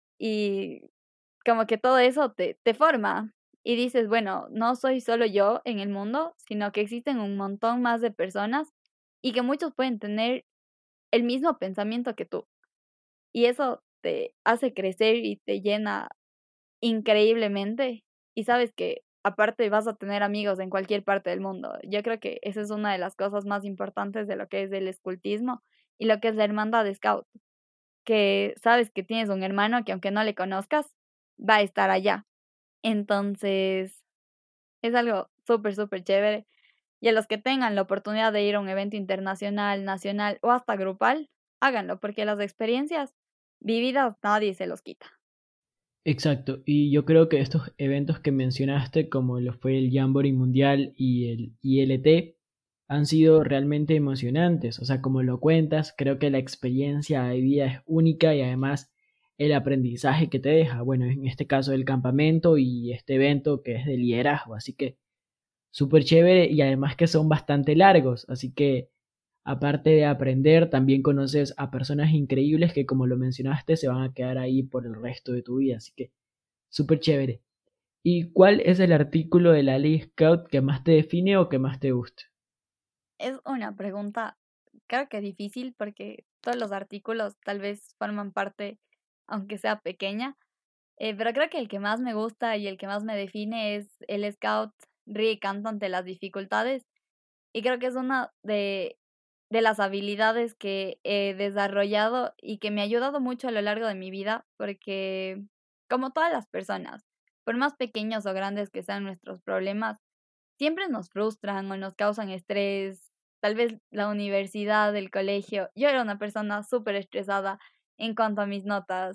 S2: Y como que todo eso te te forma, y dices: "Bueno, no soy solo yo en el mundo, sino que existen un montón más de personas, y que muchos pueden tener el mismo pensamiento que tú". Y eso te hace crecer y te llena increíblemente, y sabes que aparte vas a tener amigos en cualquier parte del mundo. Yo creo que esa es una de las cosas más importantes de lo que es el escultismo, y lo que es la hermandad de Scout, que sabes que tienes un hermano que aunque no le conozcas, va a estar allá. Entonces, es algo súper, súper chévere. Y a los que tengan la oportunidad de ir a un evento internacional, nacional o hasta grupal, háganlo, porque las experiencias vividas nadie se los quita.
S1: Exacto, y yo creo que estos eventos que mencionaste, como lo fue el Jamboree Mundial y el I L T, han sido realmente emocionantes. O sea, como lo cuentas, creo que la experiencia de vida es única y además el aprendizaje que te deja. Bueno, en este caso el campamento y este evento que es de liderazgo, así que súper chévere y además que son bastante largos, así que aparte de aprender, también conoces a personas increíbles que como lo mencionaste se van a quedar ahí por el resto de tu vida, así que súper chévere. ¿Y cuál es el artículo de la ley Scout que más te define o que más te gusta?
S2: Es una pregunta, creo que difícil porque todos los artículos tal vez forman parte, aunque sea pequeña, eh, pero creo que el que más me gusta y el que más me define es el Scout ríe y canta ante las dificultades. Y creo que es una de, de las habilidades que he desarrollado y que me ha ayudado mucho a lo largo de mi vida, porque como todas las personas, por más pequeños o grandes que sean nuestros problemas, siempre nos frustran o nos causan estrés, tal vez la universidad, el colegio. Yo era una persona súper estresada en cuanto a mis notas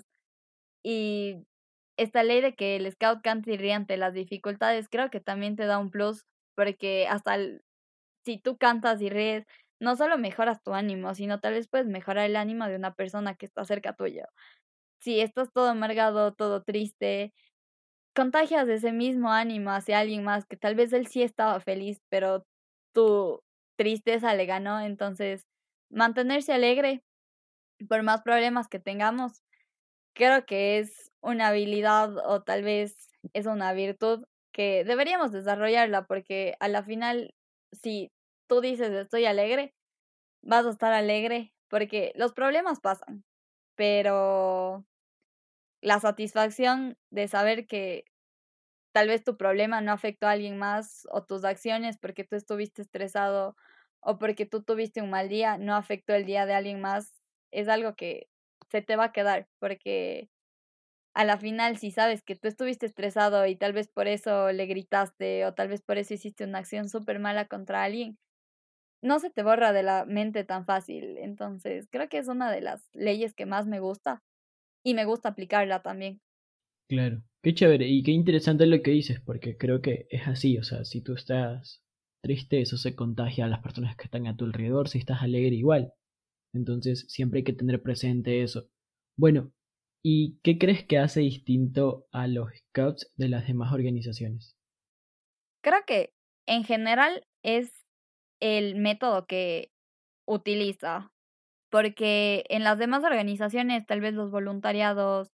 S2: y esta ley de que el scout cante y ríe ante las dificultades creo que también te da un plus porque hasta el- si tú cantas y ríes, no solo mejoras tu ánimo, sino tal vez puedes mejorar el ánimo de una persona que está cerca tuyo. Si estás todo amargado, todo triste, contagias ese mismo ánimo hacia alguien más que tal vez él sí estaba feliz, pero tu tristeza le ganó. Entonces, mantenerse alegre por más problemas que tengamos, creo que es una habilidad o tal vez es una virtud que deberíamos desarrollarla porque a la final, si tú dices estoy alegre, vas a estar alegre porque los problemas pasan, pero la satisfacción de saber que tal vez tu problema no afectó a alguien más o tus acciones porque tú estuviste estresado o porque tú tuviste un mal día, no afectó el día de alguien más, es algo que se te va a quedar porque a la final, si sabes que tú estuviste estresado y tal vez por eso le gritaste o tal vez por eso hiciste una acción súper mala contra alguien, no se te borra de la mente tan fácil. Entonces, creo que es una de las leyes que más me gusta y me gusta aplicarla también.
S1: Claro, qué chévere y qué interesante lo que dices, porque creo que es así, o sea, si tú estás triste, eso se contagia a las personas que están a tu alrededor, si estás alegre igual. Entonces, siempre hay que tener presente eso. Bueno, ¿y qué crees que hace distinto a los scouts de las demás organizaciones?
S2: Creo que en general es el método que utiliza, porque en las demás organizaciones, tal vez los voluntariados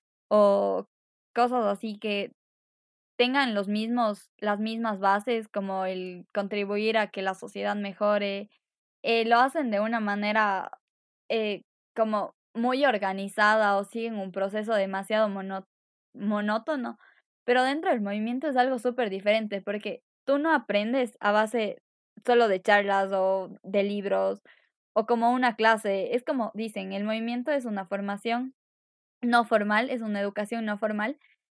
S2: o cosas así que tengan los mismos las mismas bases, como el contribuir a que la sociedad mejore, eh, lo hacen de una manera, eh, como muy organizada o siguen un proceso demasiado mono monótono, pero dentro del movimiento es algo súper diferente porque tú no aprendes a base solo de charlas o de libros o como una clase, es como dicen, el movimiento es una formación no formal, es una educación no formal,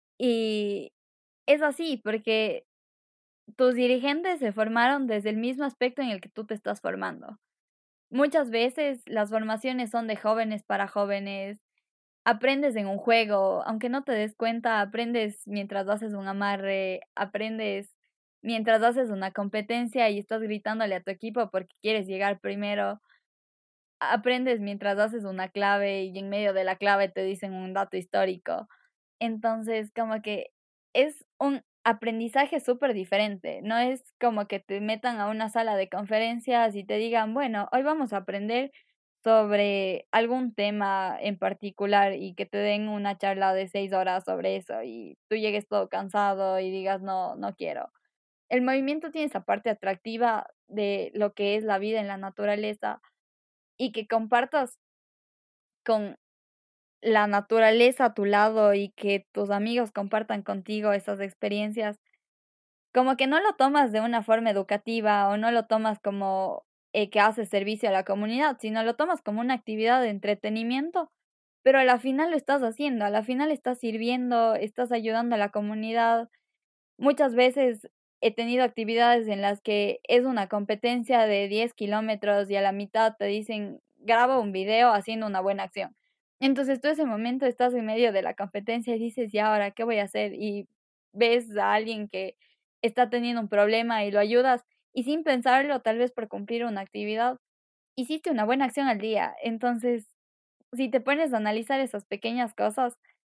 S2: y es así, porque tus dirigentes se formaron desde el mismo aspecto en el que tú te estás formando. Muchas veces las formaciones son de jóvenes para jóvenes, aprendes en un juego, aunque no te des cuenta, aprendes mientras haces un amarre, aprendes mientras haces una competencia y estás gritándole a tu equipo porque quieres llegar primero, aprendes mientras haces una clave y en medio de la clave te dicen un dato histórico. Entonces, como que es un aprendizaje súper diferente. No es como que te metan a una sala de conferencias y te digan, bueno, hoy vamos a aprender sobre algún tema en particular y que te den una charla de seis horas sobre eso y tú llegues todo cansado y digas, no, no quiero. El movimiento tiene esa parte atractiva de lo que es la vida en la naturaleza y que compartas con la naturaleza a tu lado y que tus amigos compartan contigo esas experiencias, como que no lo tomas de una forma educativa o no lo tomas como, eh, que haces servicio a la comunidad, sino lo tomas como una actividad de entretenimiento, pero a la final lo estás haciendo, a la final estás sirviendo, estás ayudando a la comunidad. Muchas veces he tenido actividades en las que es una competencia de diez kilómetros y a la mitad te dicen: "Graba un video haciendo una buena acción". Entonces, tú ese momento estás en medio de la competencia y dices: "¿Y ahora qué voy a hacer?". Y ves a alguien que está teniendo un problema y lo ayudas, y sin pensarlo, tal vez por cumplir una actividad, hiciste una buena acción al día. Entonces, si te pones a analizar esas pequeñas cosas,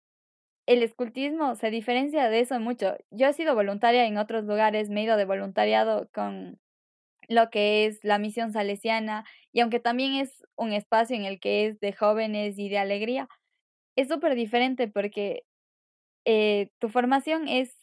S2: el escultismo se diferencia de eso mucho. Yo he sido voluntaria en otros lugares, me he ido de voluntariado con lo que es la misión salesiana, y aunque también es un espacio en el que es de jóvenes y de alegría, es súper diferente porque eh, tu formación es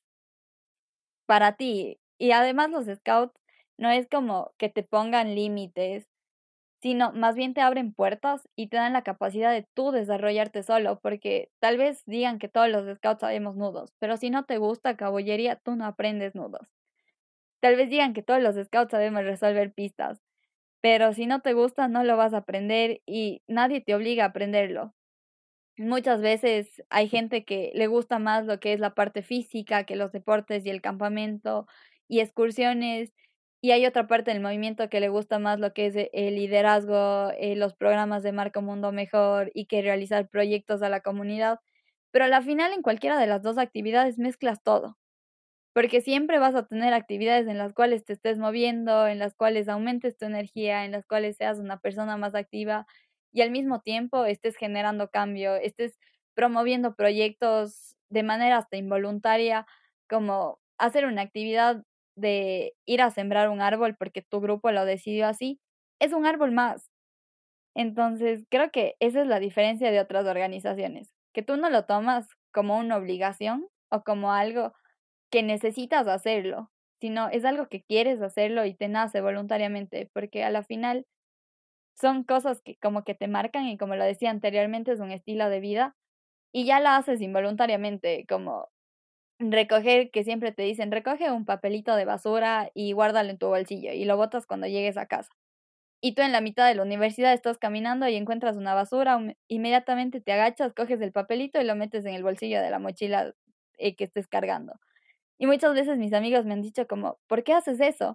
S2: para ti. Y además los scouts no es como que te pongan límites, sino más bien te abren puertas y te dan la capacidad de tú desarrollarte solo, porque tal vez digan que todos los scouts sabemos nudos, pero si no te gusta caballería, tú no aprendes nudos. Tal vez digan que todos los scouts sabemos resolver pistas, pero si no te gusta, no lo vas a aprender y nadie te obliga a aprenderlo. Muchas veces hay gente que le gusta más lo que es la parte física que los deportes y el campamento y excursiones, y hay otra parte del movimiento que le gusta más lo que es e el liderazgo, eh, los programas de Marca un Mundo Mejor y que realizar proyectos a la comunidad, pero a la final en cualquiera de las dos actividades mezclas todo. Porque siempre vas a tener actividades en las cuales te estés moviendo, en las cuales aumentes tu energía, en las cuales seas una persona más activa y al mismo tiempo estés generando cambio, estés promoviendo proyectos de manera hasta involuntaria, como hacer una actividad de ir a sembrar un árbol porque tu grupo lo decidió así, es un árbol más. Entonces, creo que esa es la diferencia de otras organizaciones, que tú no lo tomas como una obligación o como algo que necesitas hacerlo, sino es algo que quieres hacerlo y te nace voluntariamente, porque a la final son cosas que como que te marcan y como lo decía anteriormente, es un estilo de vida y ya la haces involuntariamente, como recoger, que siempre te dicen, recoge un papelito de basura y guárdalo en tu bolsillo y lo botas cuando llegues a casa. Y tú en la mitad de la universidad estás caminando y encuentras una basura, um, inmediatamente te agachas, coges el papelito y lo metes en el bolsillo de la mochila eh, que estés cargando. Y muchas veces mis amigos me han dicho como: "¿Por qué haces eso?".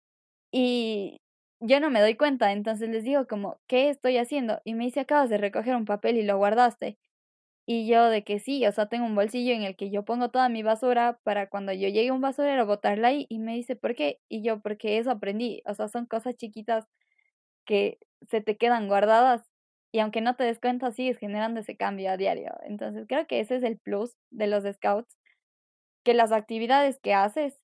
S2: Y yo no me doy cuenta, entonces les digo como: "¿Qué estoy haciendo?". Y me dice: "Acabas de recoger un papel y lo guardaste". Y yo de que sí, o sea, tengo un bolsillo en el que yo pongo toda mi basura para cuando yo llegue a un basurero botarla ahí. Y me dice: "¿Por qué?". Y yo: "Porque eso aprendí". O sea, son cosas chiquitas que se te quedan guardadas y aunque no te des cuenta, sigues generando ese cambio a diario. Entonces, creo que ese es el plus de los scouts, que las actividades que haces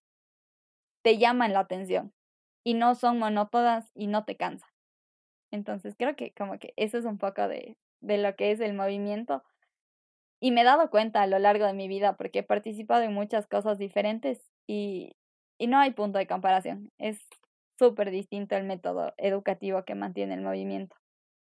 S2: te llaman la atención y no son monótonas y no te cansan. Entonces, creo que como que eso es un poco de de lo que es el movimiento, y me he dado cuenta a lo largo de mi vida, porque he participado en muchas cosas diferentes y y no hay punto de comparación. Es súper distinto el método educativo que mantiene el movimiento.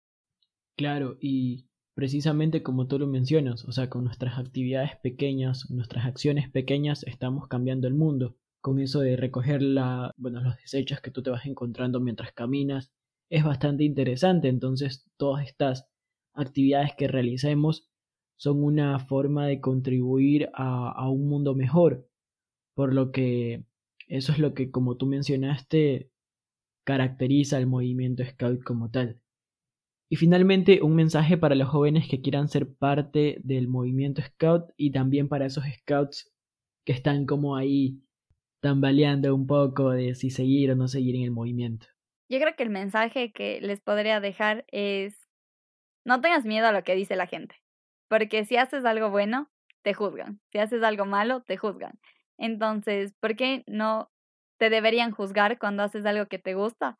S1: Claro, y precisamente como tú lo mencionas, o sea, con nuestras actividades pequeñas, nuestras acciones pequeñas, estamos cambiando el mundo. Con eso de recoger la, bueno, los desechos que tú te vas encontrando mientras caminas, es bastante interesante. Entonces, todas estas actividades que realicemos son una forma de contribuir a, a un mundo mejor, por lo que eso es lo que, como tú mencionaste, caracteriza al movimiento Scout como tal. Y finalmente, un mensaje para los jóvenes que quieran ser parte del movimiento Scout y también para esos Scouts que están como ahí tambaleando un poco de si seguir o no seguir en el movimiento.
S2: Yo creo que el mensaje que les podría dejar es: no tengas miedo a lo que dice la gente, porque si haces algo bueno, te juzgan, si haces algo malo, te juzgan. Entonces, ¿por qué no te deberían juzgar cuando haces algo que te gusta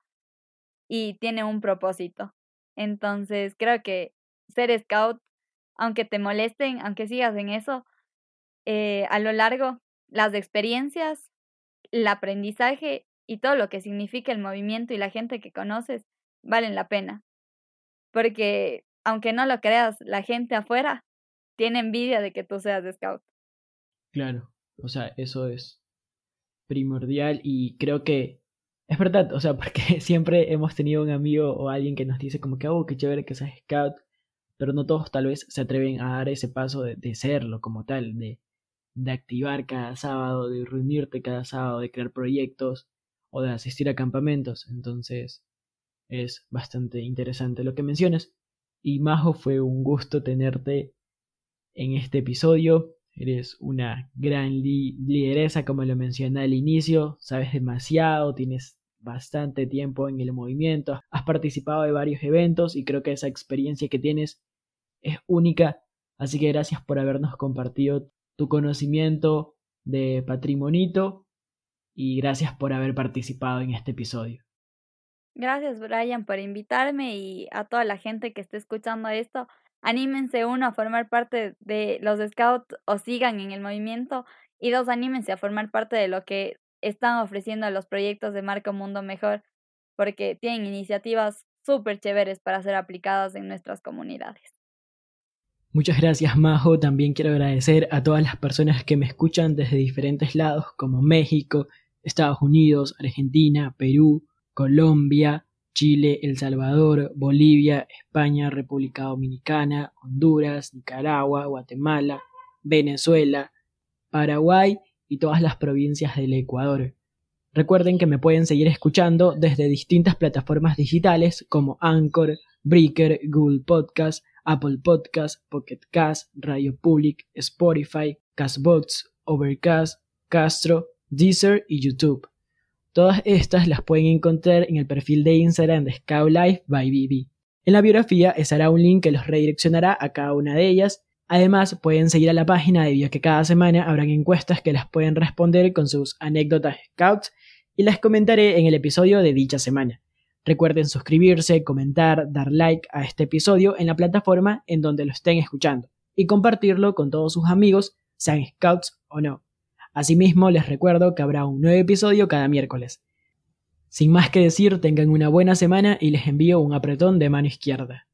S2: y tiene un propósito? Entonces, creo que ser scout, aunque te molesten, aunque sigas en eso, eh, a lo largo, las experiencias, el aprendizaje y todo lo que significa el movimiento y la gente que conoces valen la pena. Porque, aunque no lo creas, la gente afuera tiene envidia de que tú seas de scout.
S1: Claro, o sea, eso es primordial y creo que es verdad, o sea, porque siempre hemos tenido un amigo o alguien que nos dice como que, oh, qué chévere que seas scout, pero no todos tal vez se atreven a dar ese paso de, de serlo como tal, de, de activar cada sábado, de reunirte cada sábado, de crear proyectos o de asistir a campamentos. Entonces es bastante interesante lo que mencionas. Y Majo, fue un gusto tenerte en este episodio. Eres una gran li- lideresa, como lo mencioné al inicio. Sabes demasiado, tienes bastante tiempo en el movimiento. Has participado de varios eventos y creo que esa experiencia que tienes es única, así que gracias por habernos compartido tu conocimiento de Patrimonito y gracias por haber participado en este episodio.
S2: Gracias, Brian, por invitarme y a toda la gente que esté escuchando esto. Anímense, uno, a formar parte de los Scouts o sigan en el movimiento, y dos, anímense a formar parte de lo que están ofreciendo los proyectos de Marca un Mundo Mejor, porque tienen iniciativas súper chéveres para ser aplicadas en nuestras comunidades.
S1: Muchas gracias, Majo. También quiero agradecer a todas las personas que me escuchan desde diferentes lados como México, Estados Unidos, Argentina, Perú, Colombia, Chile, El Salvador, Bolivia, España, República Dominicana, Honduras, Nicaragua, Guatemala, Venezuela, Paraguay y todas las provincias del Ecuador. Recuerden que me pueden seguir escuchando desde distintas plataformas digitales como Anchor, Breaker, Google Podcast, Apple Podcast, Pocket Cast, Radio Public, Spotify, Castbox, Overcast, Castro, Deezer y YouTube. Todas estas las pueden encontrar en el perfil de Instagram de Scout Life by B B. En la biografía estará un link que los redireccionará a cada una de ellas. Además, pueden seguir a la página debido a que cada semana habrán encuestas que las pueden responder con sus anécdotas Scouts y las comentaré en el episodio de dicha semana. Recuerden suscribirse, comentar, dar like a este episodio en la plataforma en donde lo estén escuchando y compartirlo con todos sus amigos, sean Scouts o no. Asimismo, les recuerdo que habrá un nuevo episodio cada miércoles. Sin más que decir, tengan una buena semana y les envío un apretón de mano izquierda.